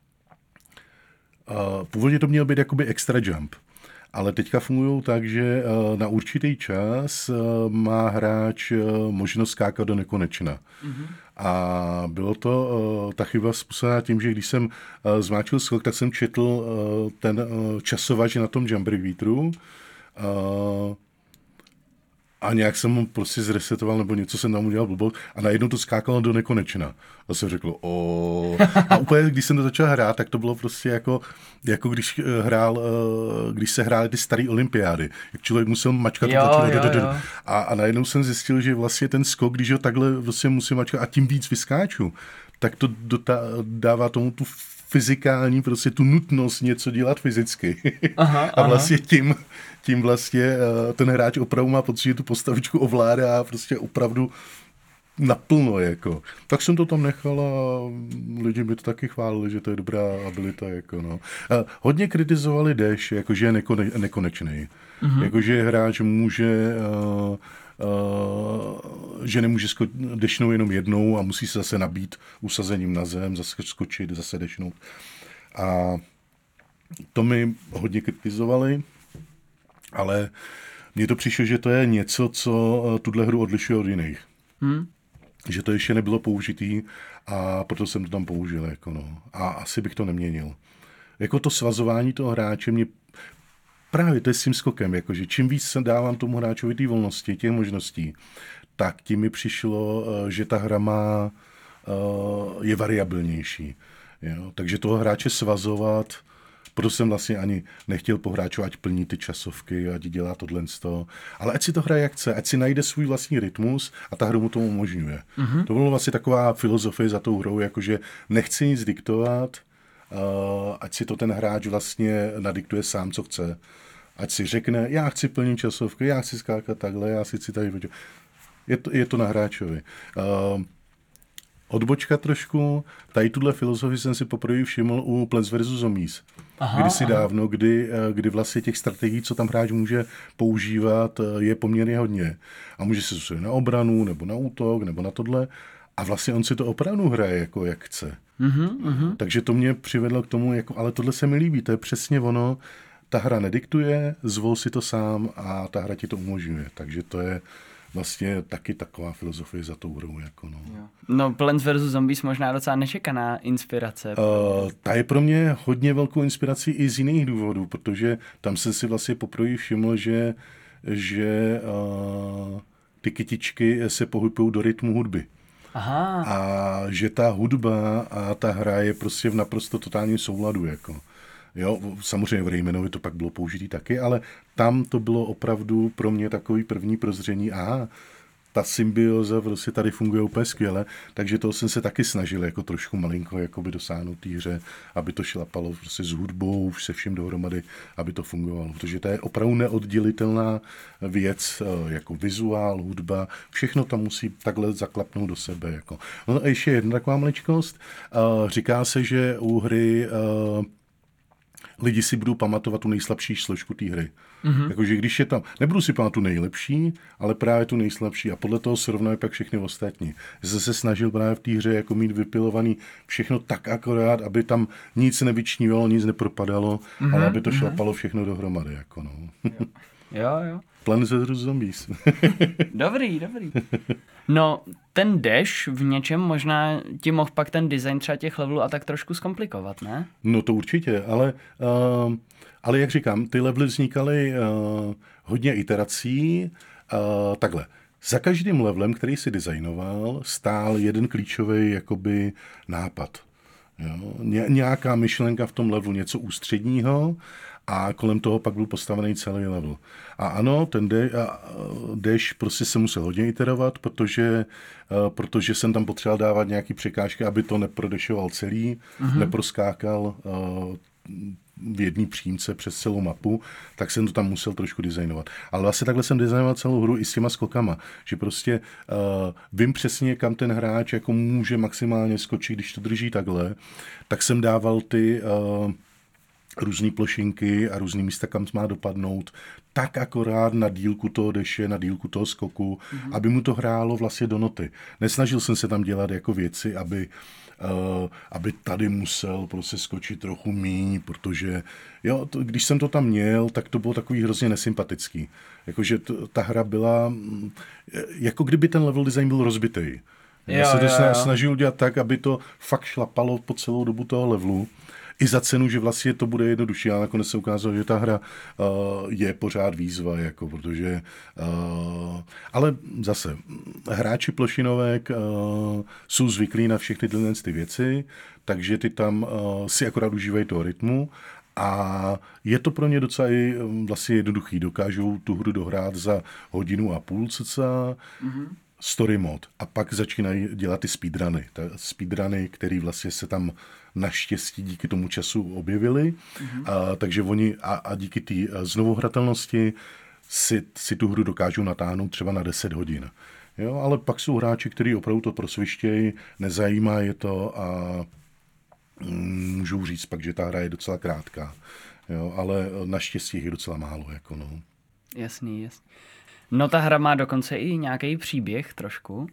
uh, původně to měl být jakoby extra jump. Ale teďka fungují tak, že uh, na určitý čas uh, má hráč uh, možnost skákat do nekonečna. Mm-hmm. A bylo to uh, ta chyba způsobená tím, že když jsem uh, zmáčil skok, tak jsem četl uh, ten uh, časovač na tom jump repeateru. Uh, A nějak jsem mu prostě zresetoval, nebo něco jsem tam udělal blbost a najednou to skákalo do nekonečna. A jsem řekl, o. A úplně, když jsem to začal hrát, tak to bylo prostě jako, jako když hrál, když se hrály ty staré olympiády. Jak člověk musel mačkat. Jo, to jo, jo. A, a najednou jsem zjistil, že vlastně ten skok, když ho takhle vlastně musím mačkat a tím víc vyskáču, tak to dotá, dává tomu tu fyzikální, prostě tu nutnost něco dělat fyzicky. Aha, a vlastně aha. tím, tím vlastně ten hráč opravdu má pocit, že tu postavičku ovládá a prostě opravdu naplno, jako. Tak jsem to tam nechal a lidi mi to taky chválili, že to je dobrá abilita, jako no. A hodně kritizovali dash, jakože je nekone, nekonečný. Mm-hmm. Jakože hráč může uh, Uh, že nemůže sko- dešnout jenom jednou a musí se zase nabít usazením na zem, zase skočit, zase dešnout. A to mi hodně kritizovali, ale mně to přišlo, že to je něco, co tuhle hru odlišuje od jiných. Hmm. Že to ještě nebylo použitý a proto jsem to tam použil. Jako no. A asi bych to neměnil. Jako to svazování toho hráče mě právě to je s tím skokem, jakože čím víc se dávám tomu hráčovi té volnosti, těch možností, tak tím mi přišlo, že ta hra má, je variabilnější. Jo? Takže toho hráče svazovat, proto jsem vlastně ani nechtěl po hráču, ať plní ty časovky, ať dělá tohle z toho. Ale ať si to hraje jak chce, ať si najde svůj vlastní rytmus a ta hra mu to umožňuje. Mm-hmm. To bylo vlastně taková filozofie za tou hrou, jakože nechci nic diktovat, Uh, ať si to ten hráč vlastně nadiktuje sám, co chce. Ať si řekne, já chci plnit časovky, já chci skákat takhle, já si chci tady... Je to, je to na hráčovi. Uh, odbočka trošku, tady tuhle filozofii jsem si poprvé všiml u Plants versus. Zombies. Aha, Kdysi aha. dávno, kdy, kdy vlastně těch strategií, co tam hráč může používat, je poměrně hodně. A může se soustředit na obranu, nebo na útok, nebo na tohle. A vlastně on si to opravdu hraje, jako jak chce. Uhum, uhum. Takže to mě přivedlo k tomu, jako, ale tohle se mi líbí, to je přesně ono, ta hra nediktuje, zvol si to sám a ta hra ti to umožňuje, takže to je vlastně taky taková filozofie za tou hrou. Jako no. no Plants versus. Zombies možná docela nečekaná inspirace. Uh, ta je pro mě hodně velkou inspirací i z jiných důvodů, protože tam jsem si vlastně poprvé všiml, že, že uh, ty kytičky se pohybují do rytmu hudby. Aha. A že ta hudba a ta hra je prostě v naprosto totálním souladu. Jako. Jo, samozřejmě v Raymanovi to pak bylo použitý taky, ale tam to bylo opravdu pro mě takový první prozření. Aha, ta symbioza prostě tady funguje úplně skvěle, takže toho jsem se taky snažil jako trošku malinko jakoby dosáhnout té hře, aby to šlapalo prostě s hudbou, se vším dohromady, aby to fungovalo. Protože to je opravdu neoddělitelná věc, jako vizuál, hudba, všechno tam musí takhle zaklapnout do sebe. Jako. No a ještě jedna taková maličkost. Říká se, že u hry lidi si budou pamatovat tu nejslabší složku té hry. Mm-hmm. Jakože když je tam, nebudu si pamatovat tu nejlepší, ale právě tu nejslabší a podle toho srovnají pak všechny ostatní. Já jsem se snažil právě v té hře jako mít vypilovaný všechno tak akorát, aby tam nic nevyčnívalo, nic nepropadalo, mm-hmm. ale aby to šlapalo všechno dohromady. Jako no. Jo, jo. jo. Plants versus. Zombies. Dobrý, dobrý. No, ten dash v něčem možná ti mohl pak ten design třeba těch levelů a tak trošku zkomplikovat, ne? No to určitě, ale, uh, ale jak říkám, ty levely vznikaly uh, hodně iterací. Uh, takhle, za každým levelem, který si designoval, stál jeden klíčový jakoby nápad. Jo? Ně, nějaká myšlenka v tom levelu, něco ústředního a kolem toho pak byl postavený celý level. A ano, ten dash prostě se musel hodně iterovat, protože, protože jsem tam potřeboval dávat nějaký překážky, aby to neprodešoval celý, mm-hmm. neproskákal v jedné přímce přes celou mapu, tak jsem to tam musel trošku designovat. Ale vlastně takhle jsem designoval celou hru i s těma skokama, že prostě uh, vím přesně, kam ten hráč jako může maximálně skočit, když to drží takhle, tak jsem dával ty uh, různý plošinky a různý místa, kam má dopadnout, tak akorát na dílku toho deše, na dílku toho skoku, mm-hmm. aby mu to hrálo vlastně do noty. Nesnažil jsem se tam dělat jako věci, aby, uh, aby tady musel prostě skočit trochu míň, protože jo, to, když jsem to tam měl, tak to bylo takový hrozně nesympatický. Jakože t- ta hra byla, jako kdyby ten level design byl rozbitej. Já se to jo, jo. snažil dělat tak, aby to fakt šlapalo po celou dobu toho levelu. I za cenu, že vlastně to bude jednodušší, ale nakonec se ukázalo, že ta hra uh, je pořád výzva, jako, protože... Uh, ale zase, hráči plošinovek uh, jsou zvyklí na všechny tyhle ty věci, takže ty tam uh, si akorát užívají toho rytmu a je to pro ně docela i vlastně jednoduchý. Dokážou tu hru dohrát za hodinu a půl cca, mm-hmm. story mod. A pak začínají dělat ty speedruny. Ta speedruny, které vlastně se tam naštěstí díky tomu času objevily. Mm-hmm. A, takže oni a, a díky té znovuhratelnosti si, si tu hru dokážou natáhnout třeba na deset hodin. Jo, ale pak jsou hráči, kteří opravdu to prosvištějí, nezajímá je to a mm, můžou říct pak, že ta hra je docela krátká. Jo, ale naštěstí je docela málo. Jako no. Jasný, jasný. No ta hra má dokonce i nějaký příběh trošku.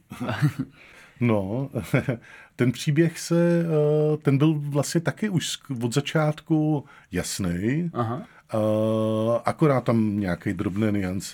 No, ten příběh se, ten byl vlastně taky už od začátku jasný. Aha. Akorát tam nějaké drobné niance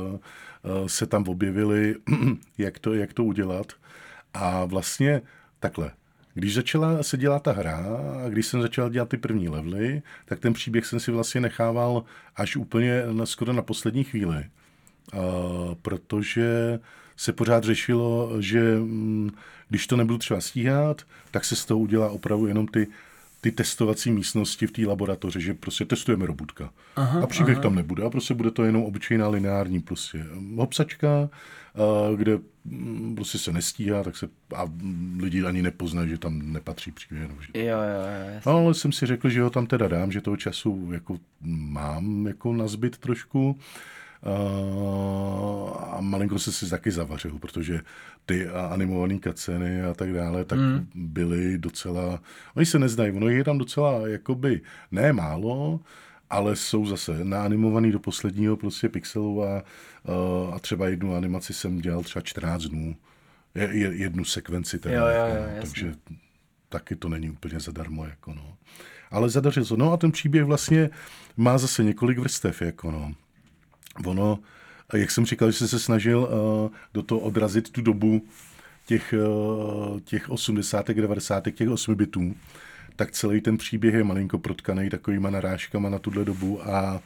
se tam objevily, jak to, jak to udělat. A vlastně takhle, když začala se dělat ta hra a když jsem začal dělat ty první levely, tak ten příběh jsem si vlastně nechával až úplně na, skoro na poslední chvíli. Uh, protože se pořád řešilo, že mm, když to nebudu třeba stíhat, tak se z toho udělá opravdu jenom ty, ty testovací místnosti v té laboratoři, že prostě testujeme robotka. Aha, a příběh aha. tam nebude a prostě bude to jenom obyčejná lineární prostě hopsačka, uh, kde mm, prostě se nestíhá, tak se a lidi ani nepoznají, že tam nepatří příběh. Jo, jo, jo, no, ale jsem si řekl, že ho tam teda dám, že toho času jako mám jako nazbyt trošku. Uh, a malinko se si taky zavařil, protože ty animované cutscény a tak dále, tak mm. byly docela, oni se nezdají, ono je tam docela jakoby ne málo, ale jsou zase naanimovaný do posledního prostě pixelu a, uh, a třeba jednu animaci jsem dělal třeba čtrnáct dnů, je, je, jednu sekvenci teda, jo, jo, jo, takže taky to není úplně zadarmo, jako no. Ale zadařil se, no a ten příběh vlastně má zase několik vrstev, jako no. Ono, jak jsem říkal, že jsem se snažil uh, do toho odrazit tu dobu těch, uh, těch osmdesátek, devadesátek, těch osmi bitů, tak celý ten příběh je malinko protkaný takovýma narážkama na tuhle dobu a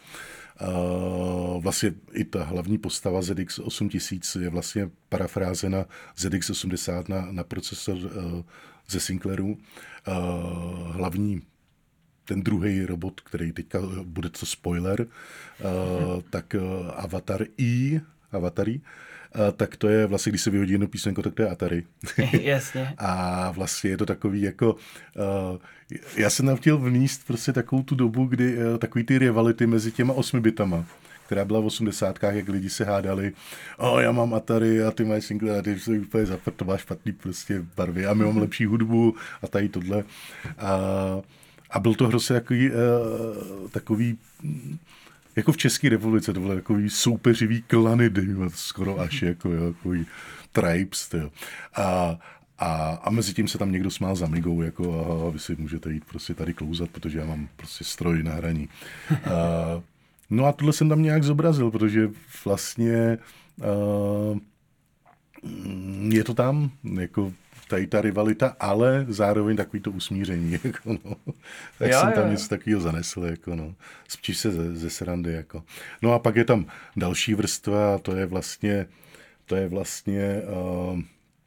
uh, vlastně i ta hlavní postava Z X osm tisíc je vlastně parafráze na Z X osmdesát, na, na procesor uh, ze Sinclairu. Uh, hlavní ten druhý robot, který teďka bude to spoiler, uh, tak uh, Avatar I, Avatary, uh, tak to je vlastně, když se vyhodí jedno písmenko, tak to je Atari. Jasně. A vlastně je to takový jako, uh, já jsem tam chtěl vníst prostě takovou tu dobu, kdy uh, takový ty rivality mezi těma osmi bitama, která byla v osmdesátkách, jak lidi se hádali, o, já mám Atari a ty máš Sinclair a ty jsou úplně zapad, to máš špatný prostě barvy a my mám lepší hudbu a tady tohle. A A byl to hrozně takový, uh, takový, jako v České republice, to bylo takový soupeřivý klany, skoro až jako, jo, takový tribes, to. A, a, a mezi tím se tam někdo smál za migou, jako a vy si můžete jít prostě tady klouzat, protože já mám prostě stroj na hraní. Uh, no a tohle jsem tam nějak zobrazil, protože vlastně uh, je to tam, jako tady ta rivalita, ale zároveň takový to usmíření, jako no. Tak jo, jsem tam jo. něco takového zanesl, jako no. Spíš se ze, ze srandy, jako. No a pak je tam další vrstva a to je vlastně, to je vlastně, uh,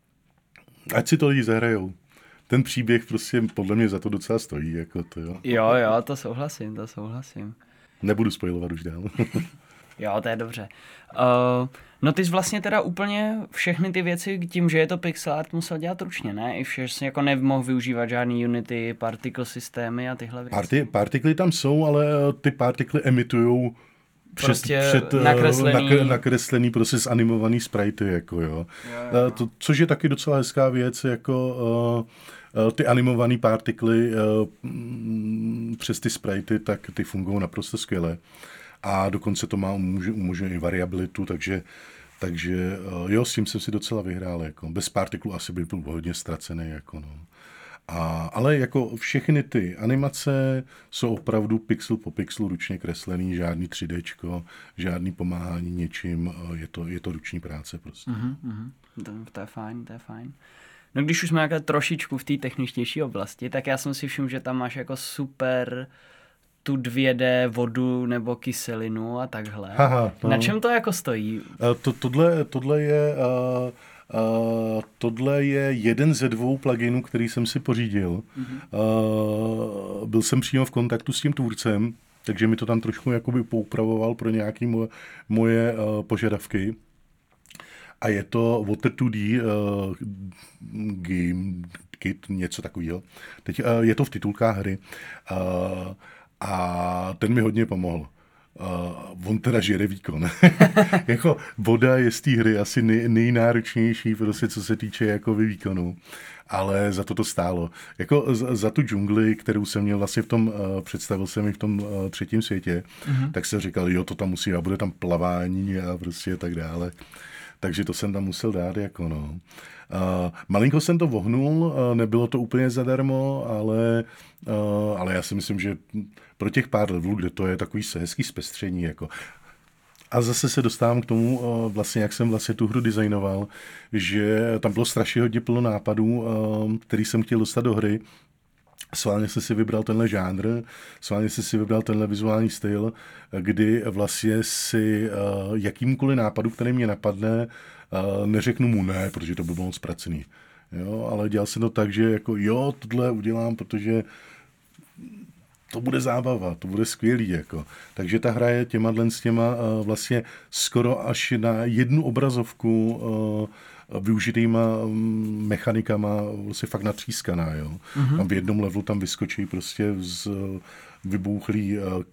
ať si to lidi zahrajou. Ten příběh prostě podle mě za to docela stojí, jako to jo. Jo, jo, to souhlasím, to souhlasím. Nebudu spoilovat už dál. Jo, to je dobře. Uh, no ty jsi vlastně teda úplně všechny ty věci tím, že je to pixel art, musel dělat ručně, ne? I vše jsi jako nemohl využívat žádný Unity, particle systémy a tyhle věci. Party, partikly tam jsou, ale ty partikly emitujou před, prostě před nakreslený... Nakre, nakreslený proces animovaný sprite, jako jo. jo, jo. To, což je taky docela hezká věc, jako uh, ty animované partikly uh, přes ty sprite, tak ty fungují naprosto skvěle. A dokonce to má umožňuje i variabilitu, takže, takže jo, s tím jsem si docela vyhrál. Jako. Bez partiklu asi by byl hodně ztracený. Jako, no. A, ale jako všechny ty animace jsou opravdu pixel po pixelu ručně kreslený, žádný tři déčko, žádný pomáhání něčím, je to, je to ruční práce prostě. Uh-huh, uh-huh. To, to je fajn, to je fajn. No když už jsme jako trošičku v té techničtější oblasti, tak já jsem si všiml, že tam máš jako super tu dvě dé vodu nebo kyselinu a takhle. Aha, no. Na čem to jako stojí? To, tohle, tohle je... Uh... Uh, tohle je jeden ze dvou pluginů, který jsem si pořídil. Mm-hmm. Uh, byl jsem přímo v kontaktu s tím tvůrcem, takže mi to tam trošku jakoby poupravoval pro nějaké moje, moje uh, požadavky. A je to Water two D uh, Game Kit, něco takového. Teď uh, je to v titulkách hry. Uh, a ten mi hodně pomohl. Uh, on teda žere výkon. Jako voda je z té hry asi nej, nejnáročnější, prostě, co se týče jako výkonu. Ale za to to stálo. Jako za, za tu džungli, kterou jsem měl vlastně v tom, uh, představil jsem ji v tom uh, třetím světě, mm-hmm. tak jsem říkal, jo, to tam musí, a bude tam plavání a prostě tak dále. Takže to jsem tam musel dát, jako no. Uh, malinko jsem to vohnul, uh, nebylo to úplně zadarmo, ale, uh, ale já si myslím, že pro těch pár levelů, kde to je takový hezký zpestření, jako. A zase se dostávám k tomu, uh, vlastně, jak jsem vlastně tu hru designoval, že tam bylo strašně hodně plno nápadů, uh, který jsem chtěl dostat do hry. Sválně jsem si vybral tenhle žánr, sválně jsem si vybral tenhle vizuální styl, kdy vlastně si uh, jakýmkoliv nápadu, který mě napadne, uh, neřeknu mu ne, protože to by bylo moc pracný. Jo, ale dělal jsem to tak, že jako jo, tohle udělám, protože to bude zábava, to bude skvělý. Jako. Takže ta hra je těma s těma uh, vlastně skoro až na jednu obrazovku uh, využitýma mechanikama vlastně fakt natřískaná, jo. Mm-hmm. Tam v jednom levelu tam vyskočí prostě z vybouchlý uh,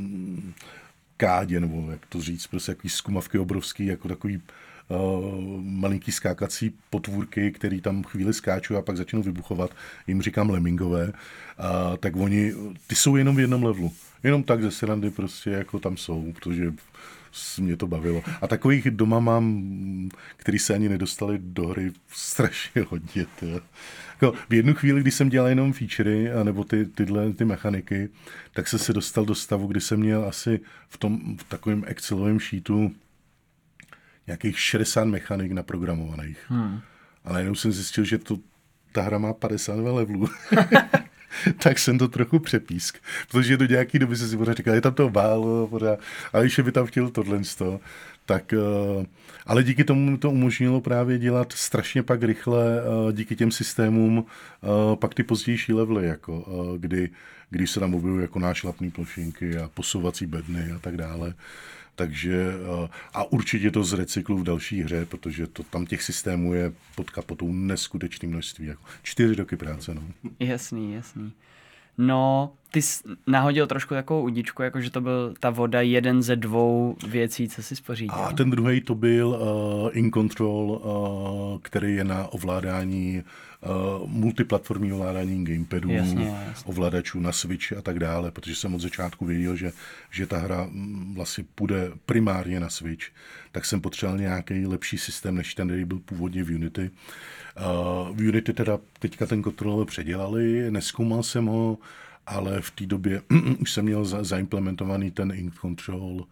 kádě, nebo jak to říct, prostě jaký zkumavky obrovský, jako takový uh, malinký skákací potvůrky, který tam chvíli skáčou a pak začnou vybuchovat, jim říkám lemmingové, uh, tak oni, ty jsou jenom v jednom levelu. Jenom tak ze srandy prostě jako tam jsou, protože mě to bavilo. A takových doma mám, který se ani nedostali do hry, strašně hodně. Jako v jednu chvíli, kdy jsem dělal jenom featurey, nebo ty, tyhle ty mechaniky, tak jsem se dostal do stavu, kdy jsem měl asi v tom v takovém Excelovém sheetu nějakých šedesát mechanik naprogramovaných. Hmm. Ale jenom jsem zjistil, že to, ta hra má padesát dva levelů. Tak jsem to trochu přepísk, protože do nějaký doby jsem si pořád říkal, je tam to málo, pořád, ale když by tam chtěl tohle, tak, ale díky tomu to umožnilo právě dělat strašně pak rychle, díky těm systémům, pak ty pozdější levely, jako, kdy, kdy se tam objevují jako nášlapný plošinky a posouvací bedny a tak dále. Takže a určitě to zrecyklu v další hře, protože to, tam těch systémů je pod kapotou neskutečné množství. Jako čtyři roky práce. No. Jasný, jasný. No, ty jsi nahodil trošku takovou udičku, jako že to byl ta voda jeden ze dvou věcí, co jsi spořídil. A ten druhý to byl uh, In Control, uh, který je na ovládání uh, multiplatformní ovládání gamepadů, jasně, jasně. ovladačů na Switch a tak dále, protože jsem od začátku věděl, že, že ta hra vlastně půjde primárně na Switch, tak jsem potřeboval nějaký lepší systém, než ten, který byl původně v Unity. Uh, v Unity teda teďka ten kontroler předělali, nezkoumal jsem ho, ale v té době už jsem měl za, zaimplementovaný ten In Control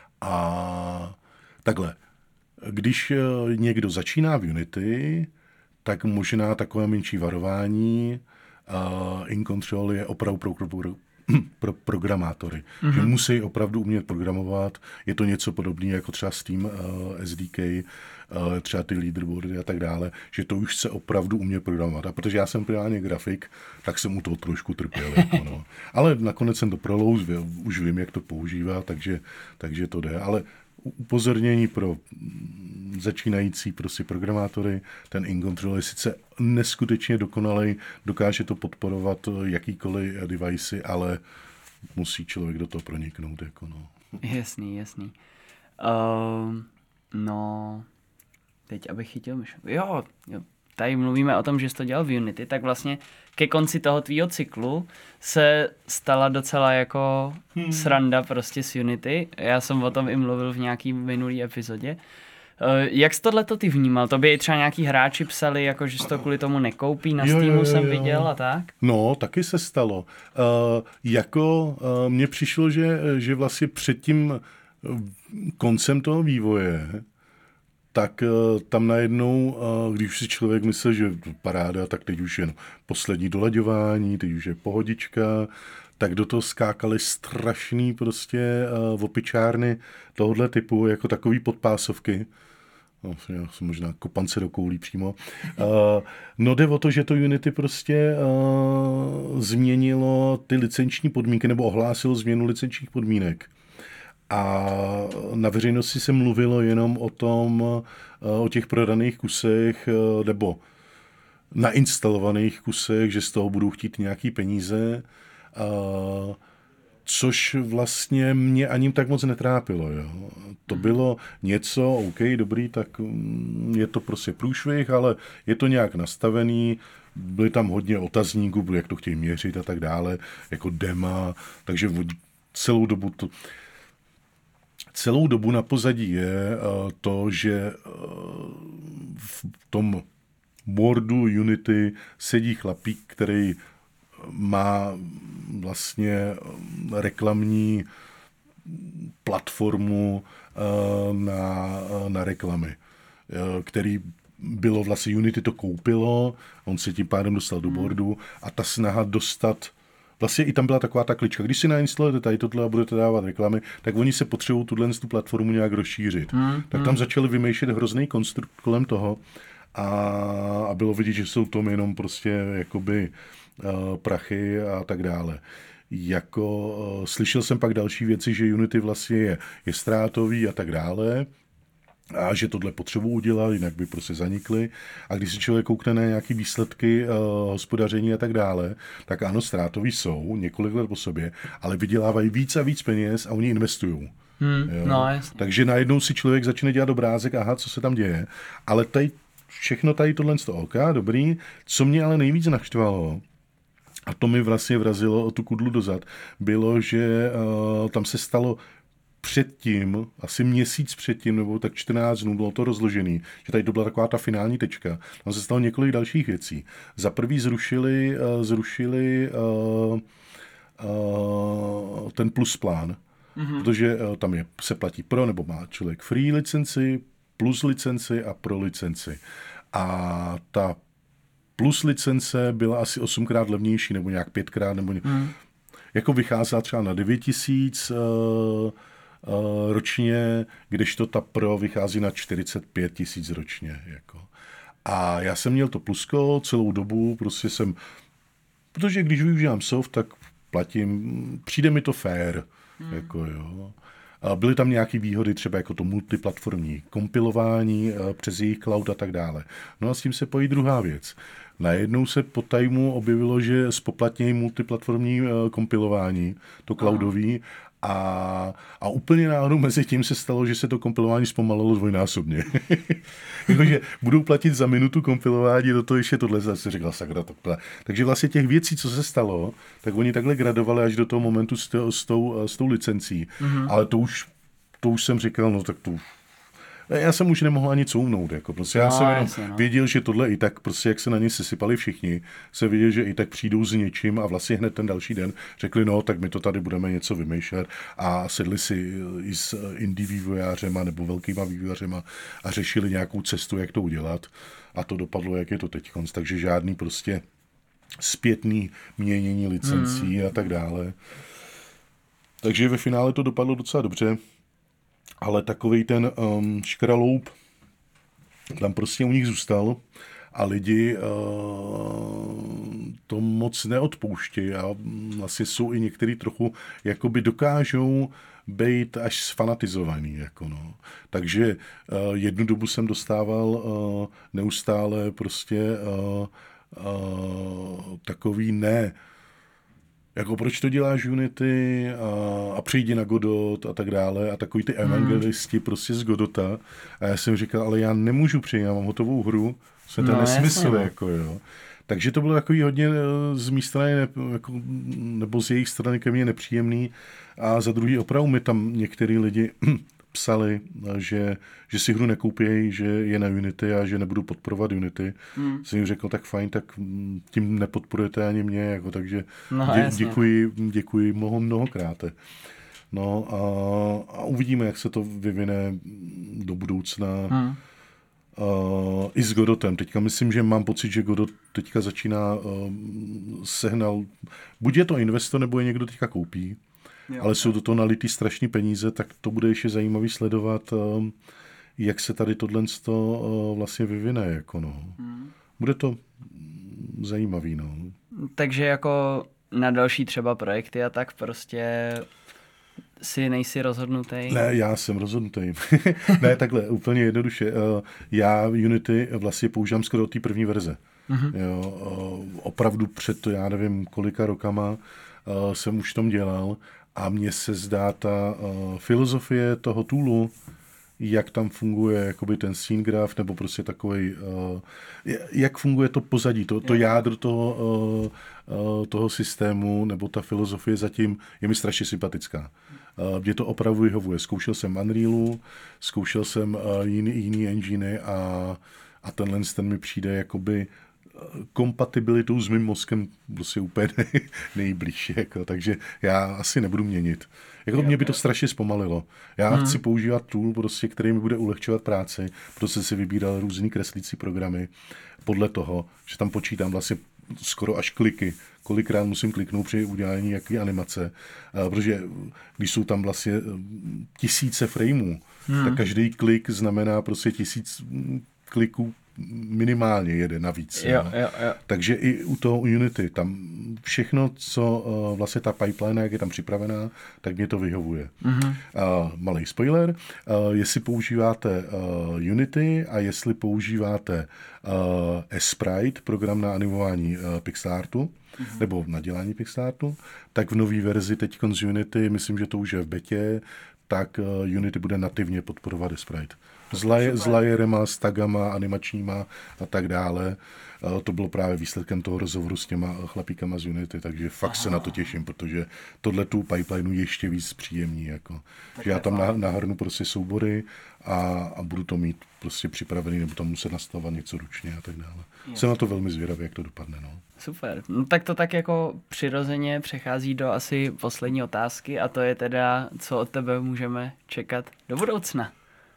a takhle. Když někdo začíná v Unity, tak možná takové menší varování. Uh, In Control je opravdu pro, pro, pro, pro programátory. Mm-hmm. Že musí opravdu umět programovat. Je to něco podobného jako třeba Steam uh, S D K, uh, třeba ty leaderboardy a tak dále, že to už se opravdu umět programovat. A protože já jsem primárně grafik, tak jsem u toho trošku trpěl. Jako no. Ale nakonec jsem to prolouz, už vím, jak to používá, takže, takže to jde. Ale upozornění pro začínající prostě programátory. Ten in-control je sice neskutečně dokonalej, dokáže to podporovat jakýkoliv device, ale musí člověk do toho proniknout. Jako no. Jasný, jasný. Uh, no, teď abych chytil myšlenku. Jo, jo, tady mluvíme o tom, že jsi to dělal v Unity, tak vlastně ke konci toho tvýho cyklu se stala docela jako hmm. sranda prostě s Unity. Já jsem o tom i mluvil v nějaký minulý epizodě. Jak jsi tohleto ty vnímal? To by i třeba nějaký hráči psali, jako že jsi to kvůli tomu nekoupí, na Steamu jo, jo, jo, jsem viděl a tak? No, taky se stalo. Uh, jako uh, mně přišlo, že, že vlastně před tím koncem toho vývoje, tak uh, tam najednou, uh, když si člověk myslel, že paráda, tak teď už je no, poslední dolaďování, teď už je pohodička, tak do toho skákaly strašný prostě uh, opičárny tohohle typu, jako takový podpásovky. No, možná kopance do koulí přímo. Uh, no jde o to, že to Unity prostě uh, změnilo ty licenční podmínky, nebo ohlásilo změnu licenčních podmínek. A na veřejnosti se mluvilo jenom o tom, uh, o těch prodaných kusech, uh, nebo nainstalovaných kusech, že z toho budou chtít nějaký peníze. Uh, což vlastně mě ani tak moc netrápilo. Jo. To bylo něco, OK, dobrý, tak je to prostě průšvih, ale je to nějak nastavený, byly tam hodně otazníků, jak to chtějí měřit a tak dále, jako dema, takže celou dobu to... Celou dobu na pozadí je uh, to, že uh, v tom boardu Unity sedí chlapík, který má vlastně reklamní platformu na, na reklamy, který bylo vlastně Unity to koupilo, on se tím pádem dostal do boardu a ta snaha dostat, vlastně i tam byla taková ta klička, když si nainstalujete tady tohle a budete dávat reklamy, tak oni se potřebují tuhle tu platformu nějak rozšířit. Hmm, tak tam hmm. začali vymýšlet hrozný konstrukt kolem toho a, a bylo vidět, že jsou to jenom prostě jakoby prachy a tak dále. Jako, uh, slyšel jsem pak další věci, že Unity vlastně je, je ztrátový a tak dále a že tohle potřebují udělat, jinak by prostě zanikly. A když si člověk koukne na nějaké výsledky uh, hospodaření a tak dále, tak ano, ztrátový jsou několik let po sobě, ale vydělávají víc a víc peněz a oni investují. Hmm, no, takže najednou si člověk začne dělat obrázek, aha, co se tam děje, ale tady všechno tady tohle z toho OK, dobrý. Co mě ale nejvíc naštvalo, a to mi vlastně vrazilo o tu kudlu dozad, bylo, že uh, tam se stalo předtím, asi měsíc předtím, nebo tak čtrnáct dnů, bylo to rozložený, že tady to byla taková ta finální tečka. Tam se stalo několik dalších věcí. Za prvý zrušili, uh, zrušili uh, uh, ten plus plán, mm-hmm. protože uh, tam je, se platí pro, nebo má člověk free licenci, plus licenci a pro licenci. A ta plus licence byla asi osmkrát levnější, nebo nějak pětkrát, nebo ně... mm. jako vycházela třeba na devět tisíc uh, uh, ročně, kdežto ta pro vychází na čtyřicet pět tisíc ročně. Jako. A já jsem měl to plusko celou dobu, prostě jsem, protože když využívám soft, tak platím, přijde mi to fair. Mm. Jako, jo. A byly tam nějaké výhody, třeba jako to multiplatformní kompilování přes jejich cloud a tak dále. No a s tím se pojí druhá věc. Najednou se po tajmu objevilo, že spoplatnějí multiplatformní kompilování, to cloudový, a, a úplně náhodou mezi tím se stalo, že se to kompilování zpomalilo dvojnásobně. Jakože budou platit za minutu kompilování, do toho ještě tohle zase řekla sakra. Tohle. Takže vlastně těch věcí, co se stalo, tak oni takhle gradovali až do toho momentu s, to, s, tou, s tou licencí. Mm-hmm. Ale to už, to už jsem říkal, no tak to už já jsem už nemohl ani couvnout, jako prostě já no, jsem jenom jasně, no. věděl, že tohle i tak, prostě jak se na ně sesypali všichni, se věděl, že i tak přijdou s něčím a vlastně hned ten další den řekli, no, tak my to tady budeme něco vymýšlet a sedli si i s indie vývojářema nebo velkýma vývojářema a řešili nějakou cestu, jak to udělat a to dopadlo, jak je to teďkonc, takže žádný prostě zpětný měnění licencí hmm. a tak dále. Takže ve finále to dopadlo docela dobře. Ale takovej ten um, škraloup tam prostě u nich zůstal a lidi uh, to moc neodpouštějí a vlastně jsou i některý trochu, jakoby dokážou být až sfanatizovaný. Jako no. Takže uh, jednu dobu jsem dostával uh, neustále prostě uh, uh, takový ne, jako proč to děláš Unity a, a přijdi na Godot a tak dále a takový ty evangelisti mm. prostě z Godota. A já jsem říkal, ale já nemůžu přijít, já mám hotovou hru, jsem to no, nesmysl, jasně, jako jo. Takže to bylo takový hodně z mé strany, jako, nebo z jejich strany ke mně nepříjemný. A za druhý opravdu mi tam některý lidi psali, že, že si hru nekoupějí, že je na Unity a že nebudu podporovat Unity. Hmm. Jsem jim řekl, tak fajn, tak tím nepodporujete ani mě, jako, takže no, dě, děkuji, děkuji mnoho, mnohokrát. No a, a uvidíme, jak se to vyvine do budoucna. Hmm. Uh, i s Godotem. Teďka myslím, že mám pocit, že Godot teďka začíná uh, sehnal, buď je to investor, nebo je někdo teďka koupí. Jo, ale jsou do toho nalitý strašný peníze, tak to bude ještě zajímavý sledovat, jak se tady tohle vlastně vyvine. Jako no. hmm. Bude to zajímavý. No. Takže jako na další třeba projekty a tak prostě si nejsi rozhodnutý? Ne, já jsem rozhodnutý. Ne, takhle, úplně jednoduše. Já Unity vlastně používám skoro od té první verze. Mm-hmm. Jo, opravdu před, já nevím, kolika rokama jsem už tom dělal. A mně se zdá ta uh, filozofie toho toolu, jak tam funguje jakoby ten scene graph, nebo prostě takovej, uh, jak funguje to pozadí, to, to jádro toho, uh, uh, toho systému, nebo ta filozofie zatím je mi strašně sympatická. Uh, mě to opravdu vyhovuje. Zkoušel jsem Unrealu, zkoušel jsem uh, jiný, jiný enginy a, a tenhle ten mi přijde jakoby kompatibilitou s mým mozkem prostě úplně nej, nejblíž. Jako, takže já asi nebudu měnit. Jako mě by to strašně zpomalilo. Já hmm. chci používat tool, prostě, který mi bude ulehčovat práci, protože jsem si vybíral různý kreslící programy podle toho, že tam počítám vlastně skoro až kliky, kolikrát musím kliknout při udělání jaké animace, protože když jsou tam vlastně tisíce frameů, hmm. tak každý klik znamená prostě tisíc kliků minimálně jede navíc. Jo, jo, jo. Takže i u toho Unity, tam všechno, co uh, vlastně ta pipeline, jak je tam připravená, tak mě to vyhovuje. Mm-hmm. Uh, malej spoiler, uh, jestli používáte uh, Unity a jestli používáte uh, Sprite, program na animování uh, pixelartu, mm-hmm. nebo na dělání pixelartu, tak v nový verzi teď z Unity, myslím, že to už je v betě, tak uh, Unity bude nativně podporovat Sprite. S layerema, s tagama, animačníma a tak dále. To bylo právě výsledkem toho rozhovoru s těma chlapíkama z Unity, takže fakt Aha. se na to těším, protože tohle tu pipelineu ještě víc příjemní. Jako. Že já tam na, nahrnu prostě soubory a, a budu to mít prostě připravený, nebo tam muset nastavovat něco ručně a tak dále. Jasně. Jsem na to velmi zvědavý, jak to dopadne. No. Super. No tak to tak jako přirozeně přechází do asi poslední otázky a to je teda, co od tebe můžeme čekat do budoucna.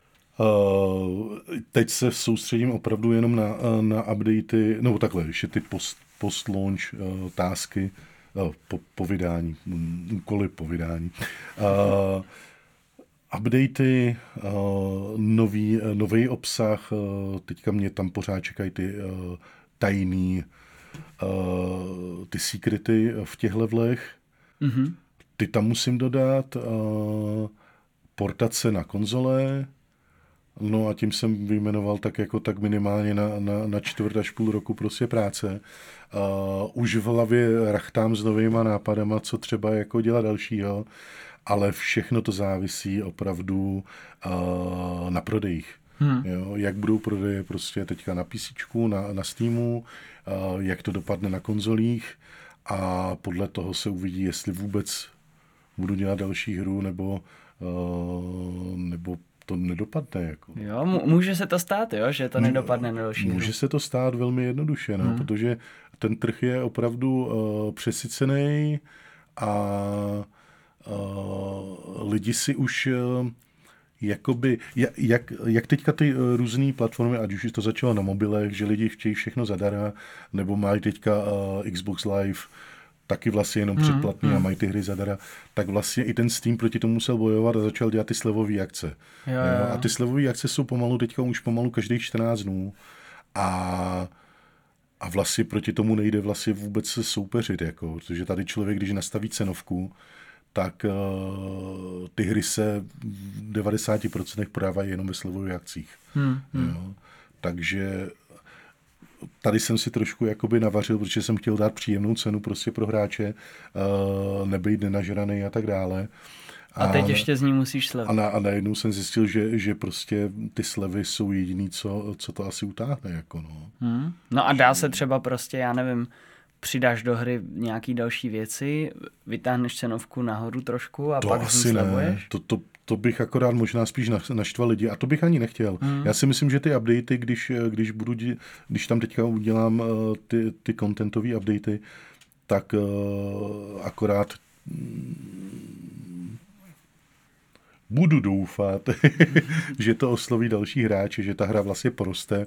Uh, teď se soustředím opravdu jenom na, na updaty, nebo takhle, ještě ty post, post-launch uh, tásky, uh, po, po vydání, úkoly po vydání. Uh, updaty, uh, nový, uh, nový obsah, uh, teďka mě tam pořád čekají ty uh, tajný, uh, ty secrety v těch levelech. Mm-hmm. Ty tam musím dodat, uh, portace na konzole. No a tím jsem vyjmenoval tak jako tak minimálně na, na, na čtvrt až půl roku prostě práce. Uh, už v hlavě rachtám s novýma nápadama, co třeba jako dělat dalšího, ale všechno to závisí opravdu uh, na prodejích. Hmm. Jo, jak budou prodeje prostě teďka na PCčku, na, na Steamu, uh, jak to dopadne na konzolích a podle toho se uvidí, jestli vůbec budu dělat další hru nebo, uh, nebo to nedopadne. Jako. Jo, může se to stát, jo, že to nedopadne na další Může hru. se to stát velmi jednoduše, no, hmm. protože ten trh je opravdu uh, přesycený a uh, lidi si už uh, jakoby, jak, jak teďka ty uh, různé platformy, ať už to začalo na mobilech, že lidi chtějí všechno zadara, nebo mají teďka uh, Xbox Live, taky vlastně jenom předplatný hmm, hmm. a mají ty hry zadara, tak vlastně i ten Steam proti tomu musel bojovat a začal dělat ty slevové akce. Jo, jo. A ty slevové akce jsou pomalu, teďka už pomalu každých čtrnáct dnů. A a vlastně proti tomu nejde vlastně vůbec se soupeřit, jako, protože tady člověk, když nastaví cenovku, tak uh, ty hry se v devadesát procent prodávají jenom ve slevových akcích. Hmm, hmm. Jo? Takže tady jsem si trošku jakoby navařil, protože jsem chtěl dát příjemnou cenu prostě pro hráče, uh, nebejt nenažranej a tak dále. A, a teď ještě z ní musíš slevit. A, na, a najednou jsem zjistil, že, že prostě ty slevy jsou jediný, co, co to asi utáhne. Jako no. Hmm. No a dá se třeba prostě, já nevím, přidáš do hry nějaký další věci, vytáhneš cenovku nahoru trošku a to pak asi ne. To, to, to bych akorát možná spíš naštval lidi a to bych ani nechtěl. Hmm. Já si myslím, že ty updaty, když, když, budu, když tam teďka udělám ty, ty contentové updaty, tak uh, akorát budu doufat, že to osloví další hráče, že ta hra vlastně poroste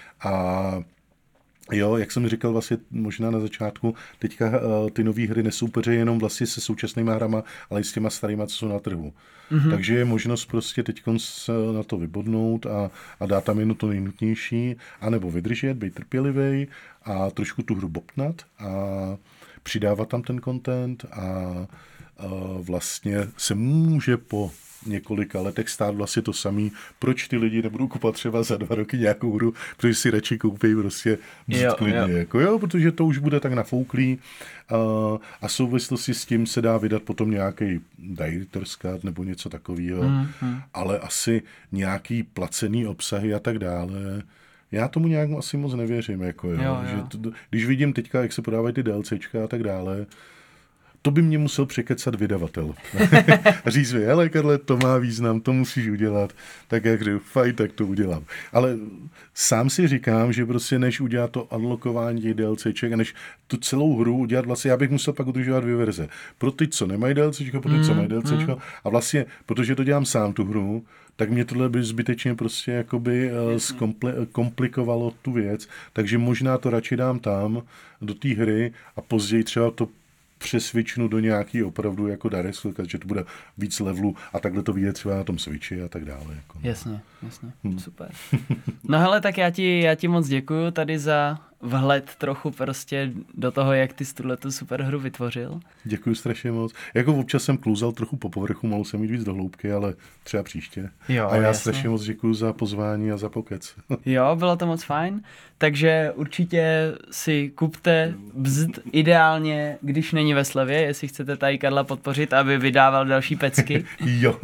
a jo, jak jsem říkal vlastně možná na začátku, teďka uh, ty nové hry nesoupeře jenom vlastně se současnýma hrama, ale i s těma starýma, co jsou na trhu. Mm-hmm. Takže je možnost prostě teď na to vybodnout a, a dát tam jenom to nejnutnější, anebo vydržet, být trpělivý a trošku tu hru bobtnat a přidávat tam ten content a, a vlastně se může po několika letech stát vlastně to samý. Proč ty lidi nebudou kupovat třeba za dva roky nějakou hru, protože si radši koupí prostě klidně. Jo. Jako, jo, protože to už bude tak nafouklý a, a souvislosti s tím se dá vydat potom nějaký director's cut nebo něco takového, mm, mm. ale asi nějaký placený obsahy a tak dále. Já tomu nějak asi moc nevěřím. Jako, jo, jo, jo. Že to, když vidím teďka, jak se podávají ty DLCčka a tak dále, to by mě musel překecat vydavatel. Říct mi, hele Karle, to má význam, to musíš udělat. Tak jak říkám, fajn, tak to udělám. Ale sám si říkám, že prostě než udělat to unlockování těch DLCček a než tu celou hru udělat, vlastně já bych musel pak udržovat dvě verze. Pro ty, co nemají DLCčko, pro ty, co mají DLCčko. Mm. A vlastně, protože to dělám sám tu hru, tak mě tohle by zbytečně prostě jakoby zkompli- komplikovalo tu věc. Takže možná to radši dám tam, do té hry a později třeba to přesvičnu do nějaký opravdu jako Direct, že to bude víc levelu a takhle to vyjde třeba na tom Switchi a tak dále. Jako. Jasně, jasně, hmm. super. No hele, tak já ti, já ti moc děkuju tady za vhled trochu prostě do toho, jak ty jsi tuhletu super hru vytvořil. Děkuju strašně moc. Jako občas jsem klouzal trochu po povrchu, mohl jsem jít víc do hloubky, ale třeba příště. Jo, a já jasně. strašně moc děkuju za pozvání a za pokec. Jo, bylo to moc fajn. Takže určitě si kupte Bzd ideálně, když není ve slevě, jestli chcete tady Karla podpořit, aby vydával další pecky. Jo.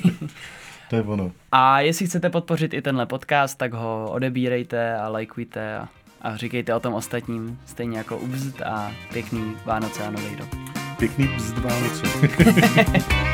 To je ono. A jestli chcete podpořit i tenhle podcast, tak ho odebírejte a lajkujte a, a říkejte o tom ostatním, stejně jako u Bzd a pěkný Vánoce a Nový rok. Pěkný Bzd Vánoce.